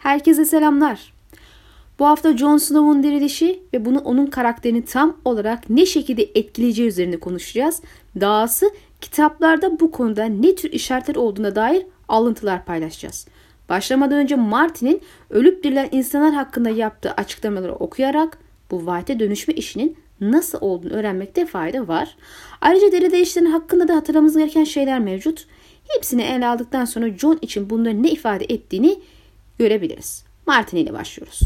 Herkese selamlar. Bu hafta Jon Snow'un dirilişi ve bunu onun karakterini tam olarak ne şekilde etkileyeceği üzerine konuşacağız. Dahası kitaplarda bu konuda ne tür işaretler olduğuna dair alıntılar paylaşacağız. Başlamadan önce Martin'in ölüp dirilen insanlar hakkında yaptığı açıklamaları okuyarak bu White'e dönüşme işinin nasıl olduğunu öğrenmekte fayda var. Ayrıca deri değiştirme hakkında da hatırlamamız gereken şeyler mevcut. Hepsini ele aldıktan sonra Jon için bunların ne ifade ettiğini görebiliriz. Martin ile başlıyoruz.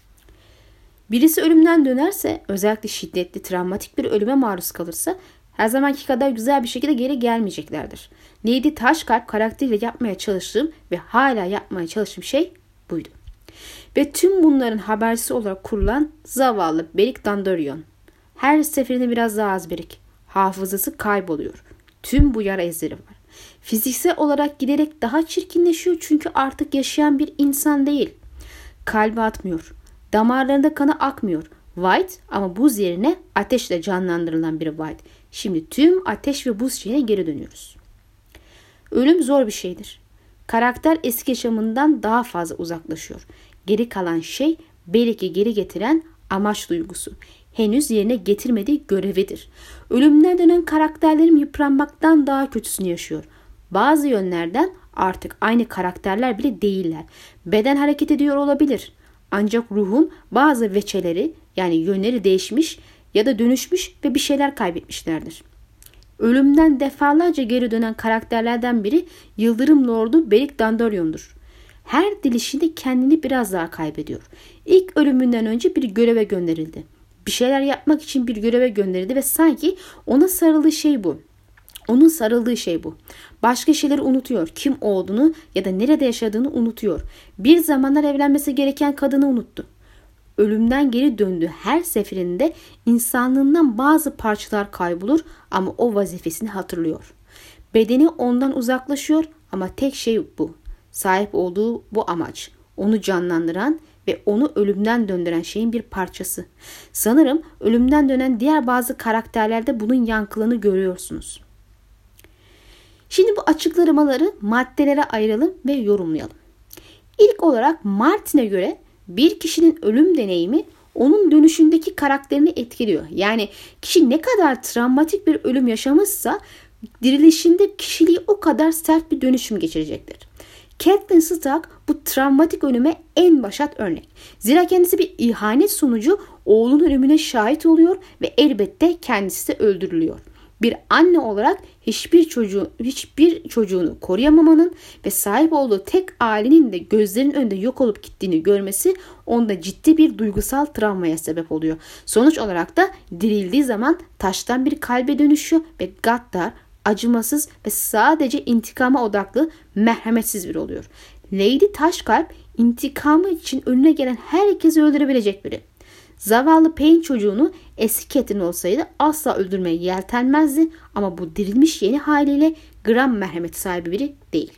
Birisi ölümden dönerse, özellikle şiddetli, travmatik bir ölüme maruz kalırsa her zamanki kadar güzel bir şekilde geri gelmeyeceklerdir. Lady Taşkalp karakteriyle yapmaya çalıştığım ve hala yapmaya çalıştığım şey buydu. Ve tüm bunların habercisi olarak kurulan zavallı Beric Dondarrion. Her seferinde biraz daha az Beric. Hafızası kayboluyor. Tüm bu yara izleri var. Fiziksel olarak giderek daha çirkinleşiyor çünkü artık yaşayan bir insan değil. Kalbi atmıyor. Damarlarında kanı akmıyor. White ama buz yerine ateşle canlandırılan bir White. Şimdi tüm ateş ve buz şeyine geri dönüyoruz. Ölüm zor bir şeydir. Karakter eski yaşamından daha fazla uzaklaşıyor. Geri kalan şey Beric'i geri getiren amaç duygusu. Henüz yerine getirmediği görevidir. Ölümden dönen karakterlerim yıpranmaktan daha kötüsünü yaşıyor. Bazı yönlerden artık aynı karakterler bile değiller. Beden hareket ediyor olabilir. Ancak ruhun bazı veçeleri yani yönleri değişmiş ya da dönüşmüş ve bir şeyler kaybetmişlerdir. Ölümden defalarca geri dönen karakterlerden biri Yıldırım Lordu Beric Dondarrion'dur. Her dilişinde kendini biraz daha kaybediyor. İlk ölümünden önce bir göreve gönderildi. Bir şeyler yapmak için bir göreve gönderildi ve sanki ona sarıldığı şey bu. Onun sarıldığı şey bu. Başka şeyleri unutuyor. Kim olduğunu ya da nerede yaşadığını unutuyor. Bir zamanlar evlenmesi gereken kadını unuttu. Ölümden geri döndüğü her seferinde insanlığından bazı parçalar kaybolur ama o vazifesini hatırlıyor. Bedeni ondan uzaklaşıyor ama tek şey bu. Sahip olduğu bu amaç. Onu canlandıran ve onu ölümden döndüren şeyin bir parçası. Sanırım ölümden dönen diğer bazı karakterlerde bunun yankılarını görüyorsunuz. Şimdi bu açıklamaları maddelere ayıralım ve yorumlayalım. İlk olarak Martin'e göre bir kişinin ölüm deneyimi onun dönüşündeki karakterini etkiliyor. Yani kişi ne kadar travmatik bir ölüm yaşamışsa dirilişinde kişiliği o kadar sert bir dönüşüm geçirecektir. Catelyn Stark bu travmatik ölüme en başat örnek. Zira kendisi bir ihanet sonucu oğlunun ölümüne şahit oluyor ve elbette kendisi de öldürülüyor. Bir anne olarak hiçbir çocuğunu koruyamamanın ve sahip olduğu tek ailenin de gözlerinin önünde yok olup gittiğini görmesi onda ciddi bir duygusal travmaya sebep oluyor. Sonuç olarak da dirildiği zaman taştan bir kalbe dönüşüyor ve gaddar, acımasız ve sadece intikama odaklı, merhametsiz biri oluyor. Lady Taşkalp intikamı için önüne gelen herkesi öldürebilecek biri. Zavallı Payne çocuğunu eski Catelyn olsaydı asla öldürmeye yeltenmezdi ama bu dirilmiş yeni haliyle gram merhamet sahibi biri değil.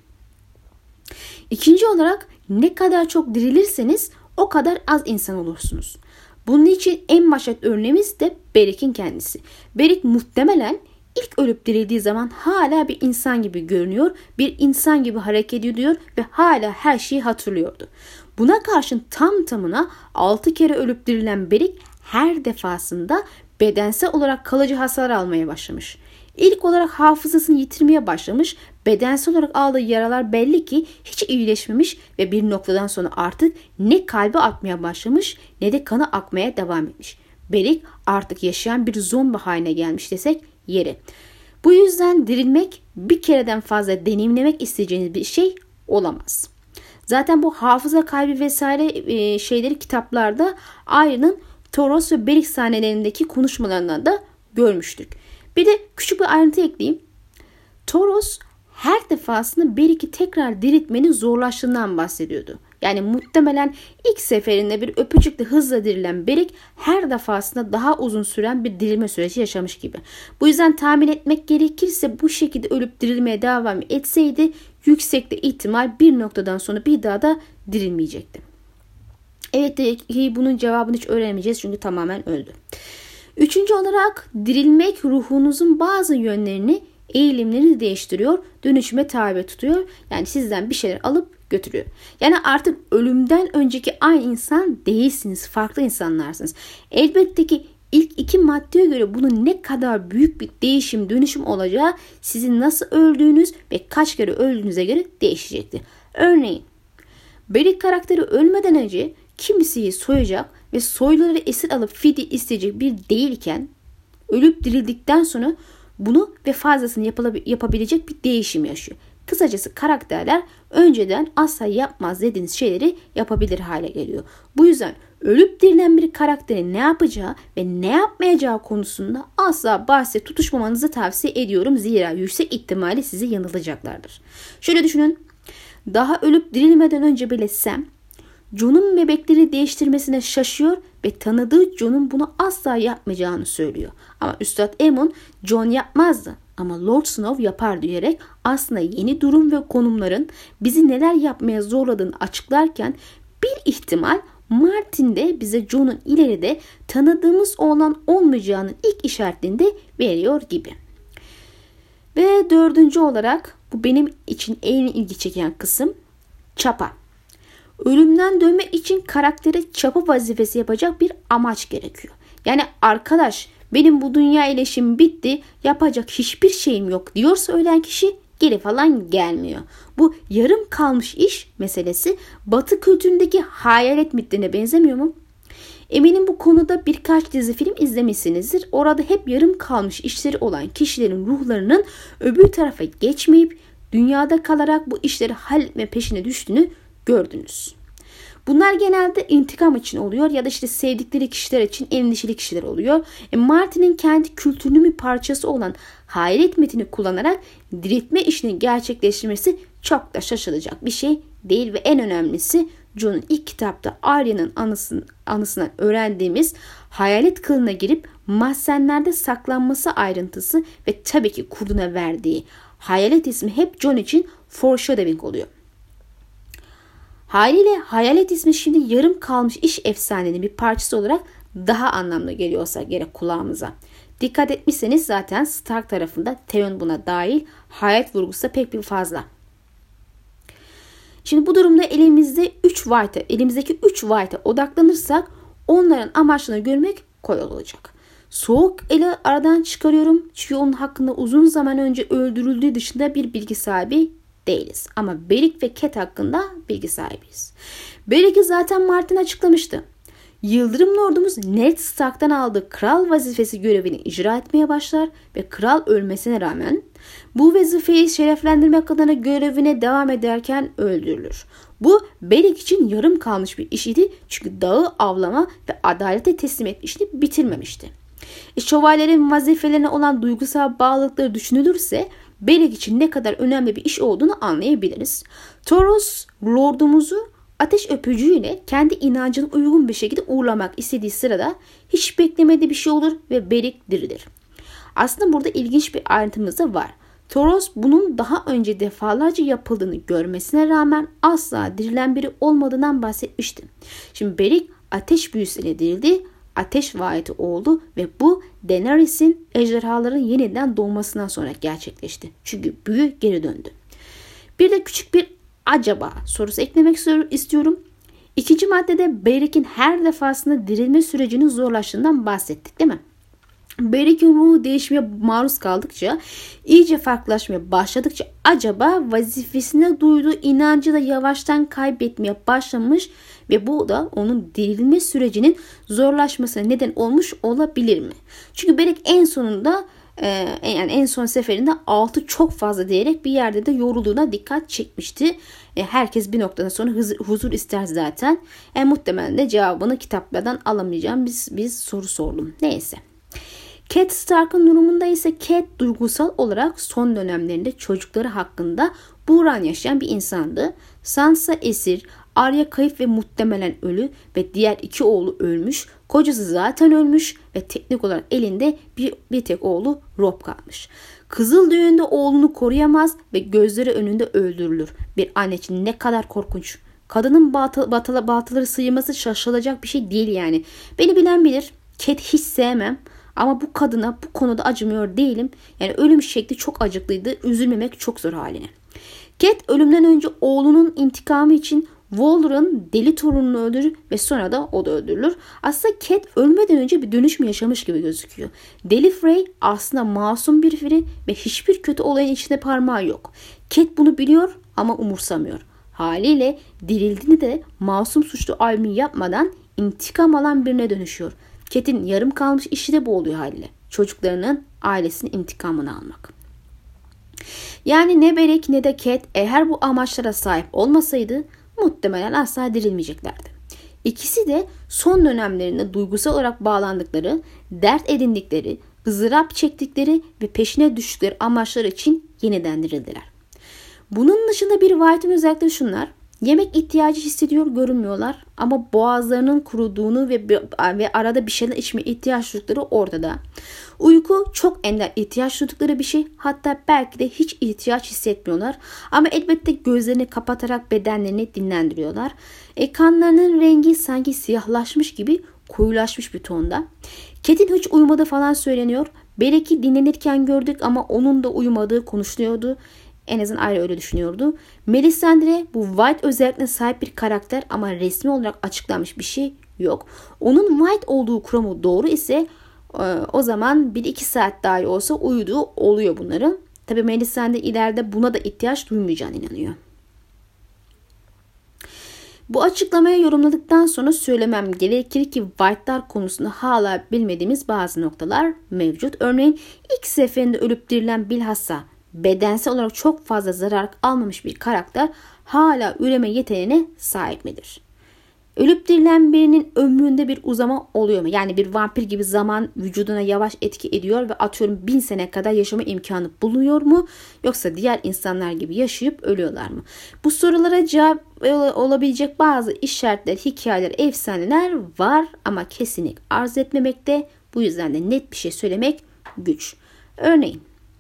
İkinci olarak ne kadar çok dirilirseniz o kadar az insan olursunuz. Bunun için en başat örneğimiz de Beric'in kendisi. Beric muhtemelen İlk ölüp dirildiği zaman hala bir insan gibi görünüyor, bir insan gibi hareket ediyor ve hala her şeyi hatırlıyordu. Buna karşın tam tamına 6 kere ölüp dirilen Beric her defasında bedensel olarak kalıcı hasar almaya başlamış. İlk olarak hafızasını yitirmeye başlamış, bedensel olarak aldığı yaralar belli ki hiç iyileşmemiş ve bir noktadan sonra artık ne kalbi atmaya başlamış ne de kanı akmaya devam etmiş. Beric artık yaşayan bir zombi haline gelmiş desek yeri. Bu yüzden dirilmek bir kereden fazla deneyimlemek isteyeceğiniz bir şey olamaz. Zaten bu hafıza kaybı vesaire şeyleri kitaplarda Arya'nın Thoros ve Beric sahnelerindeki konuşmalarından da görmüştük. Bir de küçük bir ayrıntı ekleyeyim. Thoros her defasında Beric'i tekrar diriltmenin zorlaştığından bahsediyordu. Yani muhtemelen ilk seferinde bir öpücükle hızla dirilen Beric her defasında daha uzun süren bir dirilme süreci yaşamış gibi. Bu yüzden tahmin etmek gerekirse bu şekilde ölüp dirilmeye devam etseydi yüksekte ihtimal bir noktadan sonra bir daha da dirilmeyecekti. Evet, bunun cevabını hiç öğrenemeyeceğiz çünkü tamamen öldü. Üçüncü olarak dirilmek ruhunuzun bazı yönlerini, eğilimlerini değiştiriyor, dönüşüme tabi tutuyor. Yani sizden bir şeyler alıp götürüyor. Yani artık ölümden önceki aynı insan değilsiniz. Farklı insanlarsınız. Elbette ki ilk iki maddeye göre bunun ne kadar büyük bir değişim, dönüşüm olacağı sizin nasıl öldüğünüz ve kaç kere öldüğünüze göre değişecektir. Örneğin Beric karakteri ölmeden önce kimseyi soyacak ve soyluları esir alıp fidye isteyecek bir değilken ölüp dirildikten sonra bunu ve fazlasını yapabilecek bir değişim yaşıyor. Kısacası karakterler önceden asla yapmaz dediğiniz şeyleri yapabilir hale geliyor. Bu yüzden ölüp dirilen bir karakterin ne yapacağı ve ne yapmayacağı konusunda asla bahse tutuşmamanızı tavsiye ediyorum. Zira yüksek ihtimalle sizi yanılacaklardır. Şöyle düşünün. Daha ölüp dirilmeden önce bile Sam, Jon'un bebekleri değiştirmesine şaşıyor ve tanıdığı Jon'un bunu asla yapmayacağını söylüyor. Ama Üstad Aemon, Jon yapmazdı ama Lord Snow yapar diyerek aslında yeni durum ve konumların bizi neler yapmaya zorladığını açıklarken bir ihtimal Martin de bize Jon'un ileride tanıdığımız oğlan olmayacağının ilk işaretini de veriyor gibi. Ve dördüncü olarak bu benim için en ilgi çeken kısım çapa. Ölümden dönmek için karaktere çapa vazifesi yapacak bir amaç gerekiyor. Yani arkadaş benim bu dünya ile işim bitti, yapacak hiçbir şeyim yok diyorsa ölen kişi geri falan gelmiyor. Bu yarım kalmış iş meselesi Batı kültüründeki hayalet mitlerine benzemiyor mu? Eminim bu konuda birkaç dizi film izlemişsinizdir. Orada hep yarım kalmış işleri olan kişilerin ruhlarının öbür tarafa geçmeyip dünyada kalarak bu işleri halletme peşine düştüğünü gördünüz. Bunlar genelde intikam için oluyor ya da işte sevdikleri kişiler için endişeli kişiler oluyor. Martin'in kendi kültürünün bir parçası olan hayalet metini kullanarak diriltme işini gerçekleştirmesi çok da şaşılacak bir şey değil ve en önemlisi Jon'un ilk kitapta Arya'nın anısından öğrendiğimiz hayalet kılığına girip mahzenlerde saklanması ayrıntısı ve tabii ki kurduna verdiği hayalet ismi hep Jon için foreshadowing oluyor. Haliyle hayalet ismi şimdi yarım kalmış iş efsanenin bir parçası olarak daha anlamlı geliyorsa gerek kulağımıza. Dikkat etmişseniz zaten Stark tarafında Theon buna dahil, hayalet vurgusu da pek bir fazla. Şimdi bu durumda elimizdeki 3 White'a odaklanırsak onların amaçlarını görmek kolay olacak. Soğuk eli aradan çıkarıyorum çünkü onun hakkında uzun zaman önce öldürüldüğü dışında bir bilgi sahibi değiliz. Ama Beric ve Cat hakkında bilgi sahibiyiz. Beric'i zaten Martin açıklamıştı. Yıldırım Lordumuz Ned Stark'tan aldığı kral vazifesi görevini icra etmeye başlar ve kral ölmesine rağmen bu vazifeyi şereflendirmek adına görevine devam ederken öldürülür. Bu Beric için yarım kalmış bir iş idi çünkü dağı avlama ve adalete teslim etme işini bitirmemişti. Şövalyelerin vazifelerine olan duygusal bağlılıkları düşünülürse Beric için ne kadar önemli bir iş olduğunu anlayabiliriz. Thoros Lordumuzu ateş öpücüğüyle kendi inancına uygun bir şekilde uğurlamak istediği sırada hiç beklemediği bir şey olur ve Beric dirilir. Aslında burada ilginç bir ayrıntımız da var. Thoros bunun daha önce defalarca yapıldığını görmesine rağmen asla dirilen biri olmadığından bahsetmişti. Şimdi Beric ateş büyüsüyle dirildi, ateş vaati oldu ve bu Daenerys'in ejderhaların yeniden doğmasından sonra gerçekleşti. Çünkü büyü geri döndü. Bir de küçük bir acaba sorusu eklemek istiyorum. İkinci maddede Beric'in her defasında dirilme sürecinin zorlaştığından bahsettik değil mi? Beric'in ruhu değişmeye maruz kaldıkça, iyice farklılaşmaya başladıkça acaba vazifesine duyduğu inancı da yavaştan kaybetmeye başlamış ve bu da onun dirilme sürecinin zorlaşmasına neden olmuş olabilir mi? Çünkü Beric en son seferinde 6 çok fazla diyerek bir yerde de yorulduğuna dikkat çekmişti. Herkes bir noktadan sonra huzur ister zaten. Muhtemelen de cevabını kitaplardan alamayacağım bir soru sordum. Neyse. Cat Stark'ın durumunda ise Cat duygusal olarak son dönemlerinde çocukları hakkında buhran yaşayan bir insandı. Sansa esir, Arya kayıp ve muhtemelen ölü ve diğer 2 oğlu ölmüş. Kocası zaten ölmüş ve teknik olarak elinde bir tek oğlu Robb kalmış. Kızıl düğünde oğlunu koruyamaz ve gözleri önünde öldürülür. Bir anne için ne kadar korkunç. Kadının baltaları sıyırması şaşılacak bir şey değil yani. Beni bilen bilir. Cat hiç sevmem. Ama bu kadına bu konuda acımıyor değilim. Yani ölüm şekli çok acıklıydı. Üzülmemek çok zor haline. Cat ölümden önce oğlunun intikamı için Waller'ın deli torununu öldürür ve sonra da o da öldürülür. Aslında Cat ölmeden önce bir dönüşüm yaşamış gibi gözüküyor. Deli Frey aslında masum bir biri ve hiçbir kötü olayın içinde parmağı yok. Cat bunu biliyor ama umursamıyor. Haliyle dirildiğini de masum suçlu albümü yapmadan intikam alan birine dönüşüyor. Cat'in yarım kalmış işi de bu oluyor haliyle. Çocuklarının, ailesinin intikamını almak. Yani ne Berek ne de Cat eğer bu amaçlara sahip olmasaydı muhtemelen asla dirilmeyeceklerdi. İkisi de son dönemlerinde duygusal olarak bağlandıkları, dert edindikleri, ızdırap çektikleri ve peşine düştükleri amaçlar için yeniden dirildiler. Bunun dışında bir White'ın özellikleri şunlar. Yemek ihtiyacı hissediyor görünmüyorlar ama boğazlarının kuruduğunu ve arada bir şeyler içmeye ihtiyaç duydukları ortada. Uyku çok ender ihtiyaç duydukları bir şey, hatta belki de hiç ihtiyaç hissetmiyorlar ama elbette gözlerini kapatarak bedenlerini dinlendiriyorlar. Kanlarının rengi sanki siyahlaşmış gibi koyulaşmış bir tonda. Cat'in hiç uyumadığı falan söyleniyor. Belki dinlenirken gördük ama onun da uyumadığı konuşuluyordu. En azından ayrı öyle düşünüyordu. Melisandre bu White özellikle sahip bir karakter ama resmi olarak açıklanmış bir şey yok. Onun White olduğu kuramı doğru ise o zaman 1-2 saat dahi olsa uyuduğu oluyor bunların. Tabii Melisandre ileride buna da ihtiyaç duymayacağına inanıyor. Bu açıklamayı yorumladıktan sonra söylemem gerekir ki White'lar konusunda hala bilmediğimiz bazı noktalar mevcut. Örneğin ilk seferinde ölüp dirilen bilhassa bedensel olarak çok fazla zarar almamış bir karakter hala üreme yeteneğine sahip midir? Ölüp dirilen birinin ömründe bir uzama oluyor mu? Yani bir vampir gibi zaman vücuduna yavaş etki ediyor ve atıyorum 1000 sene kadar yaşama imkanı buluyor mu? Yoksa diğer insanlar gibi yaşayıp ölüyorlar mı? Bu sorulara cevap olabilecek bazı işaretler, hikayeler, efsaneler var ama kesinlik arz etmemekte. Bu yüzden de net bir şey söylemek güç. Örneğin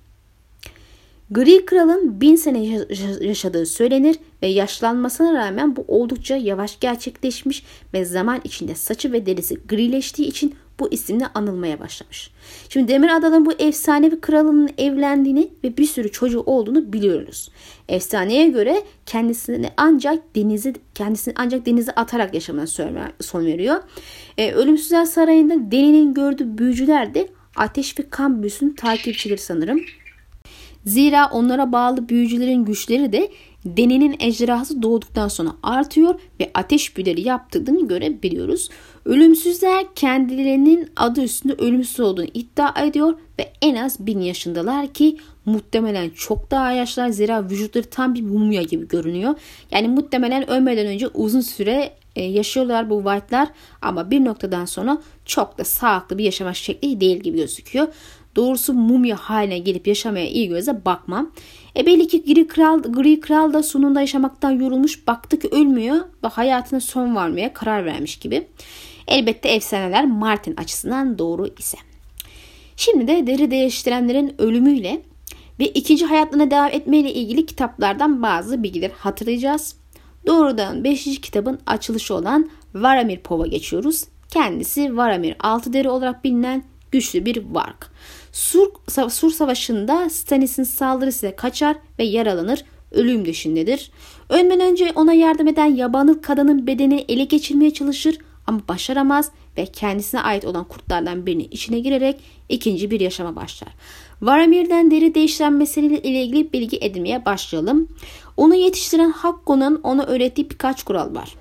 Gri Kral'ın 1000 sene yaşadığı söylenir ve yaşlanmasına rağmen bu oldukça yavaş gerçekleşmiş ve zaman içinde saçı ve derisi grileştiği için bu isimle anılmaya başlamış. Şimdi Demir Adalı'nın bu efsanevi kralının evlendiğini ve bir sürü çocuğu olduğunu biliyoruz. Efsaneye göre kendisini ancak denize atarak yaşamına son veriyor. Ölümsüzler Sarayı'nda Deni'nin gördüğü büyücüler de ateş ve kan büyüsünün takipçileri sanırım. Zira onlara bağlı büyücülerin güçleri de Deni'nin ejderhası doğduktan sonra artıyor ve ateş büyüleri yaptığını görebiliyoruz. Ölümsüzler kendilerinin adı üstünde ölümsüz olduğunu iddia ediyor ve en az 1000 yaşındalar ki muhtemelen çok daha yaşlılar, zira vücutları tam bir mumya gibi görünüyor. Yani muhtemelen ölmeden önce uzun süre yaşıyorlar bu White'lar ama bir noktadan sonra çok da sağlıklı bir yaşama şekli değil gibi gözüküyor. Doğrusu mumya haline gelip yaşamaya iyi göze bakmam. Belli ki Gri Kral da sonunda yaşamaktan yorulmuş, baktı ki ölmüyor ve hayatına son vermeye karar vermiş gibi. Elbette efsaneler Martin açısından doğru ise. Şimdi de deri değiştirenlerin ölümüyle ve ikinci hayatlarına devam etmeyle ilgili kitaplardan bazı bilgiler hatırlayacağız. Doğrudan 5. kitabın açılışı olan Varamir Pov'a geçiyoruz. Kendisi Varamir Altıderi olarak bilinen güçlü bir vark. Sur Savaşı'nda Stannis'in saldırısıyla kaçar ve yaralanır, ölüm döşündedir. Ölmeden önce ona yardım eden yabanıl kadının bedenini ele geçirmeye çalışır ama başaramaz ve kendisine ait olan kurtlardan birini içine girerek ikinci bir yaşama başlar. Varamir'den deri değiştiren meseleyle ilgili bilgi edinmeye başlayalım. Onu yetiştiren Hakko'nun ona öğrettiği birkaç kural var.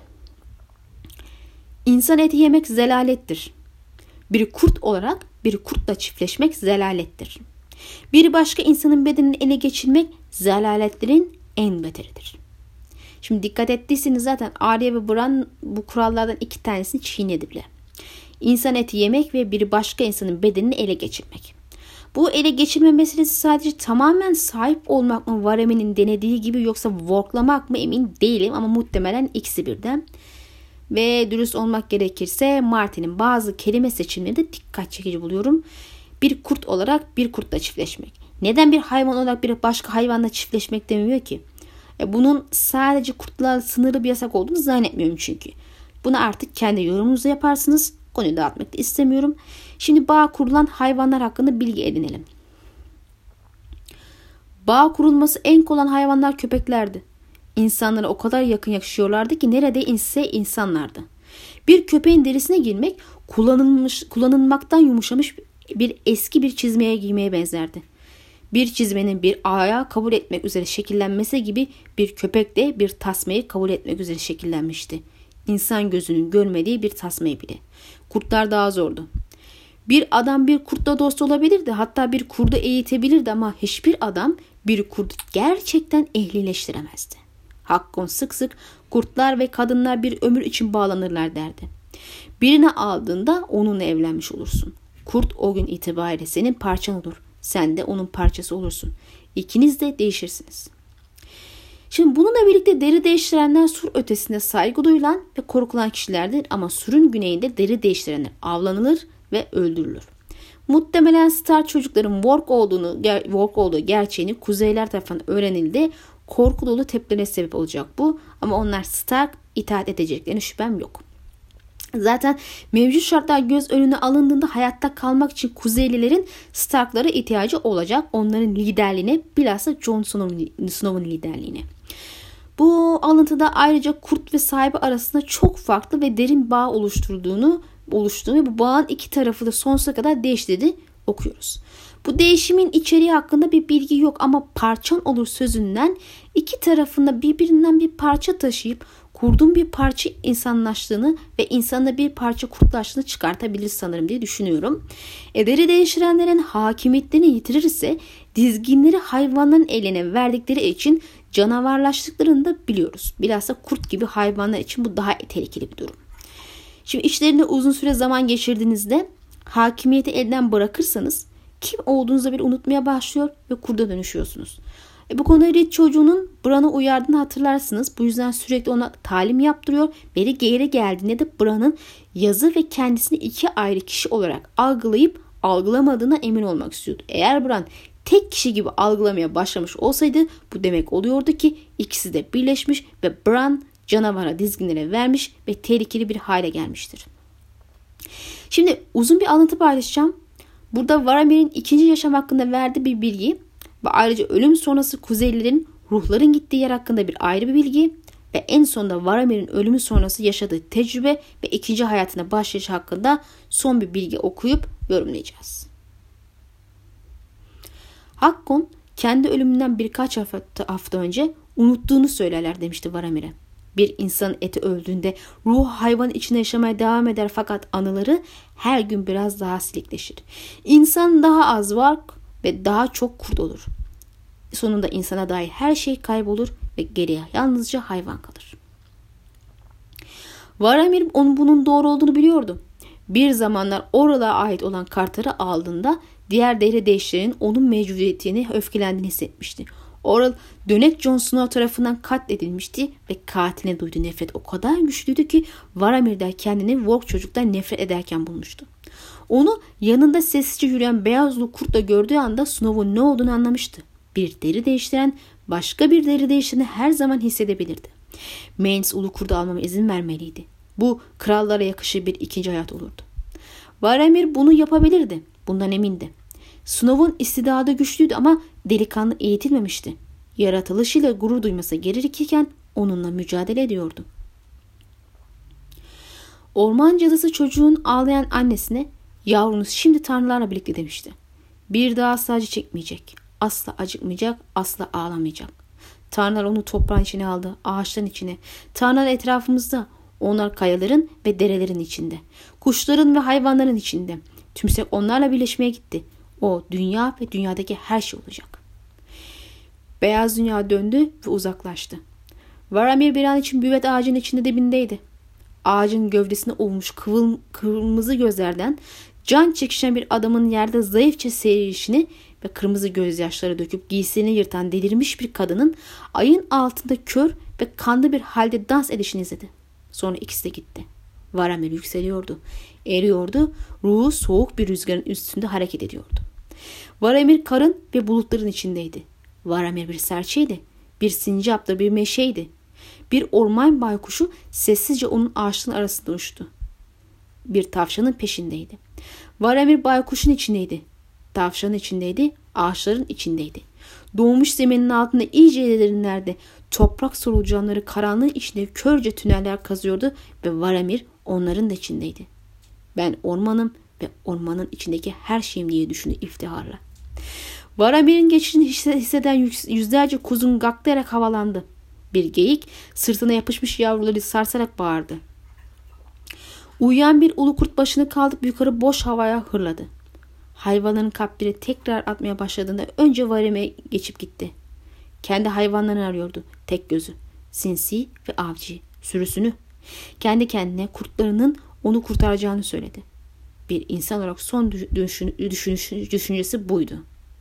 İnsan eti yemek zelalettir. Bir kurt olarak bir kurtla çiftleşmek zelalettir. Bir başka insanın bedenini ele geçirmek zelaletlerin en beteridir. Şimdi dikkat ettiyseniz zaten Arya ve Bran bu kurallardan 2 tanesini çiğnedi bile. İnsan eti yemek ve bir başka insanın bedenini ele geçirmek. Bu ele geçirme meselesi sadece tamamen sahip olmak mı Varamir'in denediği gibi yoksa worklamak mı emin değilim ama muhtemelen ikisi birden. Ve dürüst olmak gerekirse Martin'in bazı kelime seçimleri de dikkat çekici buluyorum. Bir kurt olarak bir kurtla çiftleşmek. Neden bir hayvan olarak bir başka hayvanla çiftleşmek demiyor ki? Bunun sadece kurtlarla sınırlı bir yasak olduğunu zannetmiyorum çünkü. Bunu artık kendi yorumunuzu yaparsınız. Konuyu dağıtmak da istemiyorum. Şimdi bağ kurulan hayvanlar hakkında bilgi edinelim. Bağ kurulması en kolay hayvanlar köpeklerdi. İnsanlara o kadar yakın yaşıyorlardı ki neredeyse insanlardı. Bir köpeğin derisine girmek kullanılmaktan yumuşamış eski bir çizmeye giymeye benzerdi. Bir çizmenin bir ayağı kabul etmek üzere şekillenmesi gibi bir köpek de bir tasmayı kabul etmek üzere şekillenmişti. İnsan gözünün görmediği bir tasmayı bile. Kurtlar daha zordu. Bir adam bir kurtla dost olabilirdi, hatta bir kurdu eğitebilirdi ama hiçbir adam bir kurdu gerçekten ehlileştiremezdi. Hakkon sık sık kurtlar ve kadınlar bir ömür için bağlanırlar derdi. Birini aldığında onunla evlenmiş olursun. Kurt o gün itibariyle senin parçan olur. Sen de onun parçası olursun. İkiniz de değişirsiniz. Şimdi bununla birlikte deri değiştirenler sur ötesinde saygı duyulan ve korkulan kişilerdir ama surun güneyinde deri değiştirenler avlanılır ve öldürülür. Muhtemelen Stark çocukların Worg olduğu gerçeğini kuzeyler tarafından öğrenildi. Korku dolu tepkilerine sebep olacak bu ama onlar Stark itaat edeceklerine şüphem yok. Zaten mevcut şartlar göz önüne alındığında hayatta kalmak için Kuzeylilerin Stark'lara ihtiyacı olacak. Onların liderliğine, bilhassa Jon Snow'un liderliğine. Bu alıntıda ayrıca kurt ve sahibi arasında çok farklı ve derin bağ oluştuğunu ve bu bağın iki tarafı da sonsuza kadar değiştiğini okuyoruz. Bu değişimin içeriği hakkında bir bilgi yok ama parçan olur sözünden iki tarafında birbirinden bir parça taşıyıp kurdun bir parça insanlaştığını ve insanda bir parça kurtlaştığını çıkartabilir sanırım diye düşünüyorum. Deri değiştirenlerin hakimiyetlerini yitirirse dizginleri hayvanların eline verdikleri için canavarlaştıklarını da biliyoruz. Bilhassa kurt gibi hayvanlar için bu daha tehlikeli bir durum. Şimdi içlerinde uzun süre zaman geçirdiğinizde hakimiyeti elden bırakırsanız kim olduğunuzu bile unutmaya başlıyor ve kurda dönüşüyorsunuz. Bu konuda Reed çocuğunun Bran'ı uyardığını hatırlarsınız. Bu yüzden sürekli ona talim yaptırıyor. Beri geri geldiğinde de Bran'ın yazı ve kendisini iki ayrı kişi olarak algılayıp algılamadığına emin olmak istiyordu. Eğer Bran tek kişi gibi algılamaya başlamış olsaydı bu demek oluyordu ki ikisi de birleşmiş ve Bran canavara dizginlere vermiş ve tehlikeli bir hale gelmiştir. Şimdi uzun bir alıntı paylaşacağım. Burada Varamir'in ikinci yaşam hakkında verdiği bir bilgi ve ayrıca ölüm sonrası Kuzeylilerin ruhların gittiği yer hakkında bir ayrı bir bilgi ve en sonunda Varamir'in ölümü sonrası yaşadığı tecrübe ve ikinci hayatına başlayışı hakkında son bir bilgi okuyup yorumlayacağız. Hakkon kendi ölümünden birkaç hafta önce unuttuğunu söylerler demişti Varamir'e. Bir insanın eti öldüğünde ruhu hayvanın içinde yaşamaya devam eder fakat anıları her gün biraz daha silikleşir. İnsan daha az var ve daha çok kurt olur. Sonunda insana dair her şey kaybolur ve geriye yalnızca hayvan kalır. Varamir bunun doğru olduğunu biliyordu. Bir zamanlar oralara ait olan kartları aldığında diğer deri değiştirenin onun mevcudiyetini öfkelendiğini hissetmişti. Oral dönek Jon Snow tarafından katledilmişti ve katiline duyduğu nefret o kadar güçlüydü ki Varamir'de kendini Worg çocuktan nefret ederken bulmuştu. Onu yanında sessizce yürüyen beyaz ulu kurtla gördüğü anda Snow'un ne olduğunu anlamıştı. Bir deri değiştiren başka bir deri değiştireni her zaman hissedebilirdi. Mains ulu kurdu almama izin vermeliydi. Bu krallara yakışır bir ikinci hayat olurdu. Varamir bunu yapabilirdi. Bundan emindi. Snow'un istidadı güçlüydü ama delikanlı eğitilmemişti. Yaratılışıyla gurur duyması gerekirken onunla mücadele ediyordu. Orman cadısı çocuğun ağlayan annesine yavrunuz şimdi tanrılarla birlikte demişti. Bir daha sadece çekmeyecek, asla acıkmayacak, asla ağlamayacak. Tanrılar onu toprağın içine aldı, ağaçların içine. Tanrılar etrafımızda, onlar kayaların ve derelerin içinde. Kuşların ve hayvanların içinde. Tümsek onlarla birleşmeye gitti. O dünya ve dünyadaki her şey olacak. Beyaz dünya döndü ve uzaklaştı. Varamir bir an için büvet ağacının içinde dibindeydi. Ağacın gövdesine ovulmuş kırmızı gözlerden can çekişen bir adamın yerde zayıfça seyrişini ve kırmızı gözyaşları döküp giysilerini yırtan delirmiş bir kadının ayın altında kör ve kanlı bir halde dans edişini izledi. Sonra ikisi de gitti. Varamir yükseliyordu, eriyordu, ruhu soğuk bir rüzgarın üstünde hareket ediyordu. Varamir karın ve bulutların içindeydi. Varamir bir serçeydi, bir sincaptı, bir meşeydi. Bir orman baykuşu sessizce onun ağaçların arasında uçtu. Bir tavşanın peşindeydi. Varamir baykuşun içindeydi. Tavşanın içindeydi, ağaçların içindeydi. Doğmuş zeminin altında iyice derinlerde toprak solucanları karanlığın içinde körce tüneller kazıyordu ve Varamir onların da içindeydi. Ben ormanım ve ormanın içindeki her şeyim diye düşündü iftiharla. Varamir'in geçişini hisseden yüzlerce kuzun gaklayarak havalandı. Bir geyik sırtına yapışmış yavruları sarsarak bağırdı. Uyuyan bir ulu kurt başını kaldırıp yukarı boş havaya hırladı. Hayvanların kalpleri tekrar atmaya başladığında önce Varamir'e geçip gitti. Kendi hayvanlarını arıyordu. Tek gözü, sinsi ve avcı, sürüsünü. Kendi kendine kurtlarının onu kurtaracağını söyledi. Bir insan olarak son düşüncesi buydu.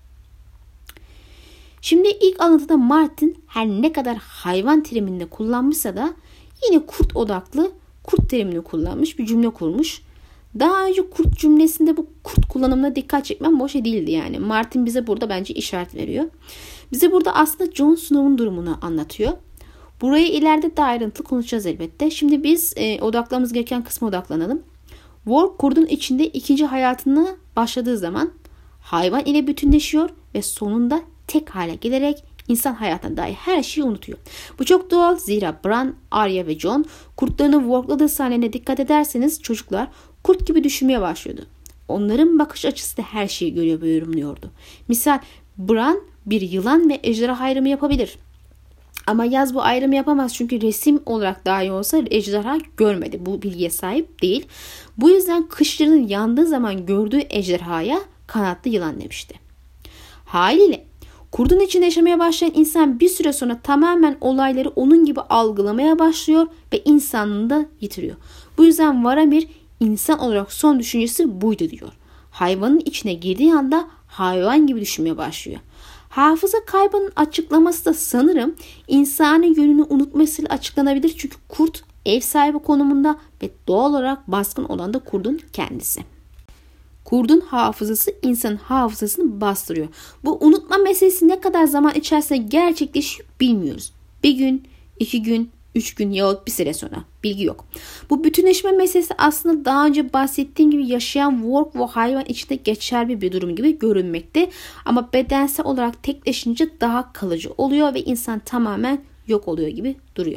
Şimdi ilk anlatıda Martin her ne kadar hayvan teriminde kullanmışsa da yine kurt odaklı kurt terimini kullanmış, bir cümle kurmuş. Daha önce kurt cümlesinde bu kurt kullanımına dikkat çekmem boş değildi yani. Martin bize burada bence işaret veriyor. Bize burada aslında Jon Snow'un durumunu anlatıyor. Burayı ileride daha ayrıntılı konuşacağız elbette. Şimdi biz odaklamamız gereken kısma odaklanalım. Warg kurdun içinde ikinci hayatına başladığı zaman hayvan ile bütünleşiyor ve sonunda tek hale gelerek insan hayatına dair her şeyi unutuyor. Bu çok doğal, zira Bran, Arya ve Jon kurtlarını Warg'ladığı sahnelerine dikkat ederseniz çocuklar kurt gibi düşünmeye başlıyordu. Onların bakış açısı da her şeyi görüyor ve yorumluyordu. Misal Bran bir yılan ve ejderha ayrımı yapabilir. Ama Yaz bu ayrımı yapamaz çünkü resim olarak dahi olsa ejderha görmedi. Bu bilgiye sahip değil. Bu yüzden kışlarının yandığı zaman gördüğü ejderhaya kanatlı yılan demişti. Haliyle kurdun içinde yaşamaya başlayan insan bir süre sonra tamamen olayları onun gibi algılamaya başlıyor ve insanlığını da yitiriyor. Bu yüzden Varamir insan olarak son düşüncesi buydu diyor. Hayvanın içine girdiği anda hayvan gibi düşünmeye başlıyor. Hafıza kaybının açıklaması da sanırım insani yönünü unutmasıyla açıklanabilir. Çünkü kurt ev sahibi konumunda ve doğal olarak baskın olan da kurdun kendisi. Kurdun hafızası insanın hafızasını bastırıyor. Bu unutma meselesi ne kadar zaman içerisinde gerçekleşiyor bilmiyoruz. Bir gün, 2 gün, 3 gün yahut bir süre sonra. Bilgi yok. Bu bütünleşme meselesi aslında daha önce bahsettiğim gibi yaşayan Warg ve hayvan içinde geçerli bir durum gibi görünmekte. Ama bedensel olarak tekleşince daha kalıcı oluyor ve insan tamamen yok oluyor gibi duruyor.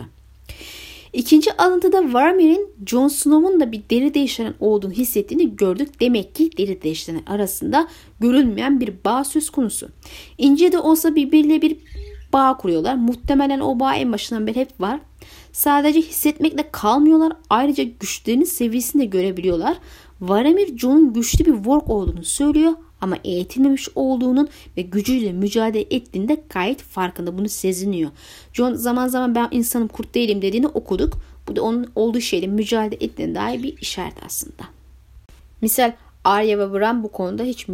İkinci alıntıda Varamir'in Jon Snow'un da bir deri değiştiren olduğunu hissettiğini gördük. Demek ki deri değiştiren arasında görülmeyen bir bağ söz konusu. İnce de olsa birbiriyle bir bağ kuruyorlar. Muhtemelen o bağ en başından beri hep var. Sadece hissetmekle kalmıyorlar. Ayrıca güçlerinin seviyesini de görebiliyorlar. Varamir Jon'un güçlü bir Warg olduğunu söylüyor. Ama eğitilmemiş olduğunun ve gücüyle mücadele ettiğinde gayet farkında. Bunu seziniyor. Jon zaman zaman ben insanım kurt değilim dediğini okuduk. Bu da onun olduğu şeyle mücadele ettiğine dair bir işaret aslında. Misal Arya ve Bran bu konuda hiç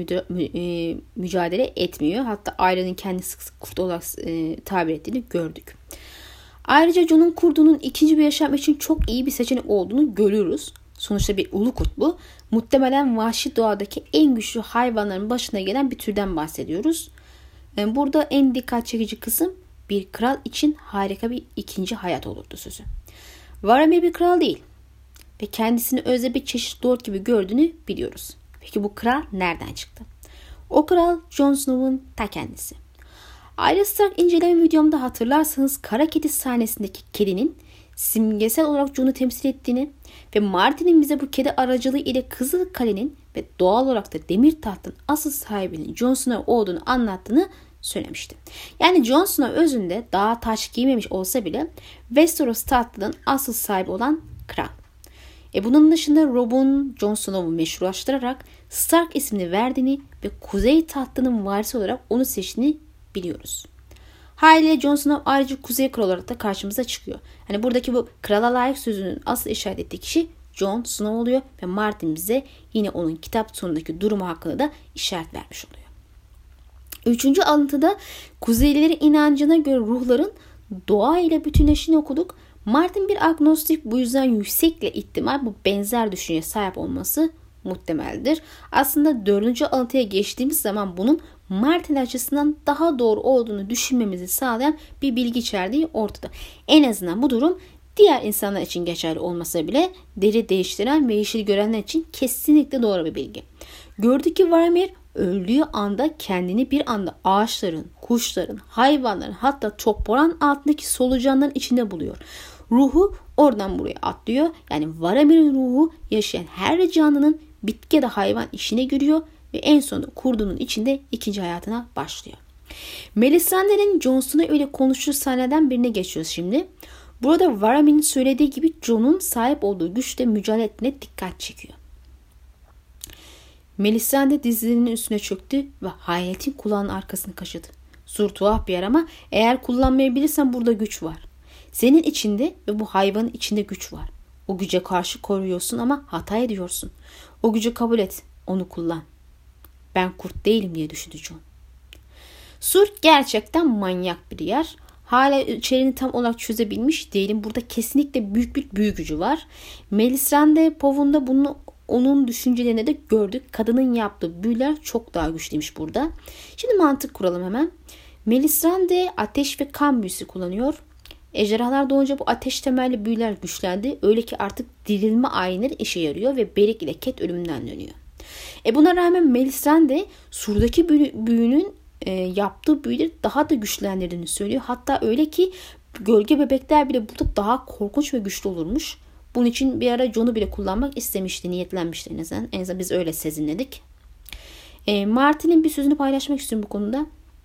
mücadele etmiyor. Hatta Arya'nın kendisi kurt olarak tabir ettiğini gördük. Ayrıca Jon'un kurdunun ikinci bir yaşam için çok iyi bir seçenek olduğunu görüyoruz. Sonuçta bir ulu kurt bu. Muhtemelen vahşi doğadaki en güçlü hayvanların başına gelen bir türden bahsediyoruz. Burada en dikkat çekici kısım bir kral için harika bir ikinci hayat olurdu sözü. Varamir bir kral değil ve kendisini özde bir çeşit lord gibi gördüğünü biliyoruz. Peki bu kral nereden çıktı? O kral Jon Snow'un ta kendisi. Arya Stark inceleme videomda hatırlarsanız kara kedi sahnesindeki kedinin simgesel olarak Jon'u temsil ettiğini ve Martin'in bize bu kedi aracılığı ile Kızıl Kale'nin ve doğal olarak da Demir Taht'ın asıl sahibinin Jon Snow olduğunu anlattığını söylemişti. Yani Jon Snow özünde daha taç giymemiş olsa bile Westeros tahtının asıl sahibi olan kral. Bunun dışında Robb'un Jon Snow'u meşrulaştırarak Stark ismini verdiğini ve Kuzey tahtının varisi olarak onu seçtiğini biliyoruz. Haliyle Jon Snow ayrıca Kuzey Kralı olarak da karşımıza çıkıyor. Hani buradaki bu krala layık sözünün asıl işaret ettiği kişi Jon Snow oluyor ve Martin bize yine onun kitap sonundaki durumu hakkında da işaret vermiş oluyor. Üçüncü alıntıda Kuzeylilerin inancına göre ruhların doğa ile bütünleştiğini okuduk. Martin bir agnostik, bu yüzden yüksekle ihtimal bu benzer düşünceye sahip olması muhtemeldir. Aslında 4. alıntıya geçtiğimiz zaman bunun Martin açısından daha doğru olduğunu düşünmemizi sağlayan bir bilgi içerdiği ortada. En azından bu durum diğer insanlar için geçerli olmasa bile deri değiştiren ve yeşil görenler için kesinlikle doğru bir bilgi. Gördük ki Varamir öldüğü anda kendini bir anda ağaçların, kuşların, hayvanların, hatta toprağın altındaki solucanların içinde buluyor. Ruhu oradan buraya atlıyor. Yani Varamir'in ruhu yaşayan her canlının bitki ya da hayvan işine giriyor ve en sonunda kurdunun içinde ikinci hayatına başlıyor. Melisandre'nin Jon öyle konuştuğu sahneden birine geçiyoruz şimdi. Burada Varamir'in söylediği gibi Jon'un sahip olduğu güçle mücadele ettiğine dikkat çekiyor. Melisandre dizlerinin üstüne çöktü ve hayaletin kulağının arkasını kaşıdı. Sur tuhaf bir yer ama eğer kullanmayabilirsen burada güç var. Senin içinde ve bu hayvanın içinde güç var. O güce karşı koruyorsun ama hata ediyorsun. O gücü kabul et, onu kullan. Ben kurt değilim diye düşündü Jon. Sur gerçekten manyak bir yer. Hala içeriğini tam olarak çözebilmiş değilim. Burada kesinlikle büyük bir büyü gücü var. Melisandre povunda bunu onun düşüncelerine de gördük. Kadının yaptığı büyüler çok daha güçlüymüş burada. Şimdi mantık kuralım hemen. Melisandre ateş ve kan büyüsü kullanıyor. Ejderhalar doğunca bu ateş temelli büyüler güçlendi. Öyle ki artık dirilme ayinleri işe yarıyor ve Beric ile Cat ölümden dönüyor. Buna rağmen Melisandre Sur'daki büyünün yaptığı büyüleri daha da güçlendirdiğini söylüyor. Hatta öyle ki gölge bebekler bile burada daha korkunç ve güçlü olurmuş. Bunun için bir ara Jon'u bile kullanmak istemişti, niyetlenmişti en azından. En azından biz öyle sezinledik. Martin'in bir sözünü paylaşmak istiyorum bu konuda.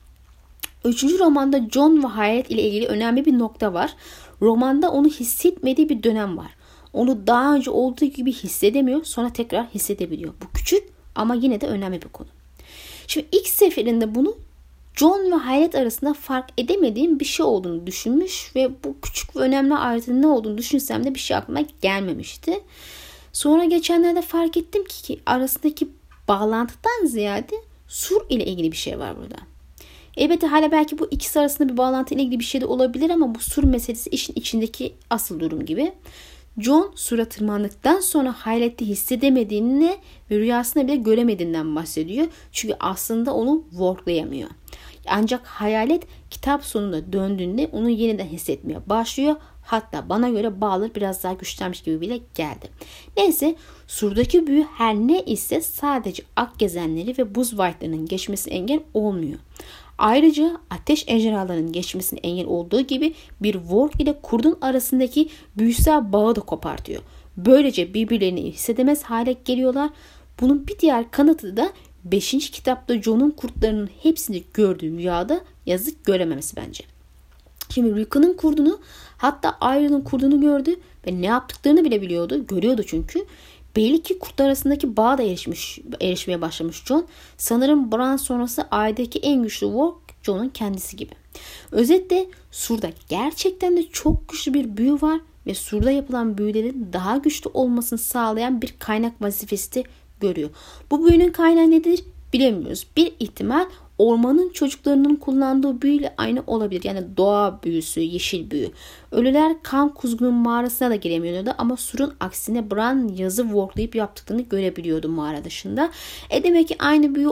3. romanda Jon ve hayalet ile ilgili önemli bir nokta var. Romanda onu hissetmediği bir dönem var. Onu daha önce olduğu gibi hissedemiyor, sonra tekrar hissedebiliyor. Bu küçük ama yine de önemli bir konu. Şimdi ilk seferinde bunu Jon ve hayalet arasında fark edemediğim bir şey olduğunu düşünmüş ve bu küçük ve önemli ayrıntının ne olduğunu düşünsem de bir şey aklıma gelmemişti. Sonra geçenlerde fark ettim ki arasındaki bağlantıdan ziyade Sur ile ilgili bir şey var burada. Elbette hala belki bu ikisi arasında bir bağlantı ile ilgili bir şey de olabilir ama bu Sur meselesi işin içindeki asıl durum gibi. Jon Sur'a tırmandıktan sonra hayaleti hissedemediğini ve rüyasında bile göremediğinden bahsediyor. Çünkü aslında onu worklayamıyor. Ancak hayalet kitap sonunda döndüğünde onu yeniden hissetmeye başlıyor. Hatta bana göre bağları biraz daha güçlenmiş gibi bile geldi. Neyse Sur'daki büyü her ne ise sadece ak gezenleri ve buz white'larının geçmesine engel olmuyor. Ayrıca ateş ejderhalarının geçmesine engel olduğu gibi bir work ile kurdun arasındaki büyüsel bağı da kopartıyor. Böylece birbirlerini hissedemez hale geliyorlar. Bunun bir diğer kanıtı da 5. kitapta Jon'un kurtlarının hepsini gördüğü rüyada yazık görememesi bence. Şimdi Rickon'un kurdunu, hatta Arya'nın kurdunu gördü ve ne yaptıklarını bile biliyordu. Görüyordu çünkü. Belli ki kurtlar arasındaki bağa da erişmeye başlamış Jon. Sanırım Bran sonrası ailedeki en güçlü work Jon'un kendisi gibi. Özetle Sur'da gerçekten de çok güçlü bir büyü var ve Sur'da yapılan büyülerin daha güçlü olmasını sağlayan bir kaynak vazifesi de görüyor. Bu büyünün kaynağı nedir bilemiyoruz. Bir ihtimal ormanın çocuklarının kullandığı büyüyle aynı olabilir. Yani doğa büyüsü, yeşil büyü. Ölüler kan kuzgunun mağarasına da giremiyordu ama Sur'un aksine Bran yazı worklayıp yaptıklarını görebiliyordu mağara dışında. Demek ki aynı büyü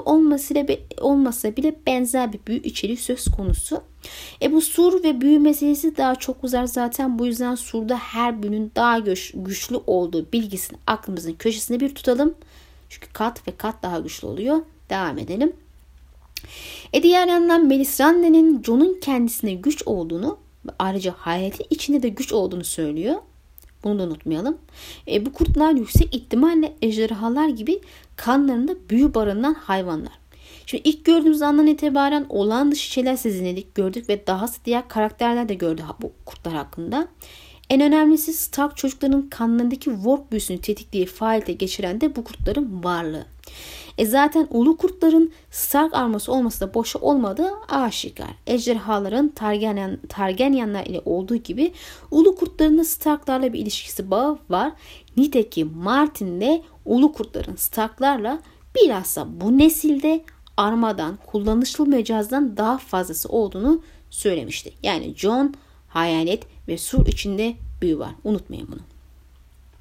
olmasa bile benzer bir büyü içeriği söz konusu. Bu Sur ve büyü meselesi daha çok uzar zaten. Bu yüzden Sur'da her büyünün daha güçlü olduğu bilgisini aklımızın köşesine bir tutalım. Çünkü kat ve kat daha güçlü oluyor. Devam edelim. Diğer yandan Melisandre'nin Jon'un kendisine güç olduğunu ve ayrıca hayaletin içinde de güç olduğunu söylüyor. Bunu da unutmayalım. Bu kurtlar yüksek ihtimalle ejderhalar gibi kanlarında büyü barındıran hayvanlar. Şimdi ilk gördüğümüz andan itibaren olağan dışı şeyler sezinledik, gördük ve dahası diğer karakterler de gördü bu kurtlar hakkında. En önemlisi Stark çocuklarının kanlarındaki work büyüsünü tetikleyip faaliyete geçiren de bu kurtların varlığı. Zaten ulu kurtların Stark arması olması da boşa olmadığı aşikar. Ejderhaların Targaryenler ile olduğu gibi ulu kurtların da Starklarla bir ilişkisi bağı var. Nitekim Martin de ulu kurtların Starklarla bilhassa bu nesilde armadan, kullanışlı mecazdan daha fazlası olduğunu söylemişti. Yani Jon, hayalet ve Sur içinde büyü var. Unutmayın bunu.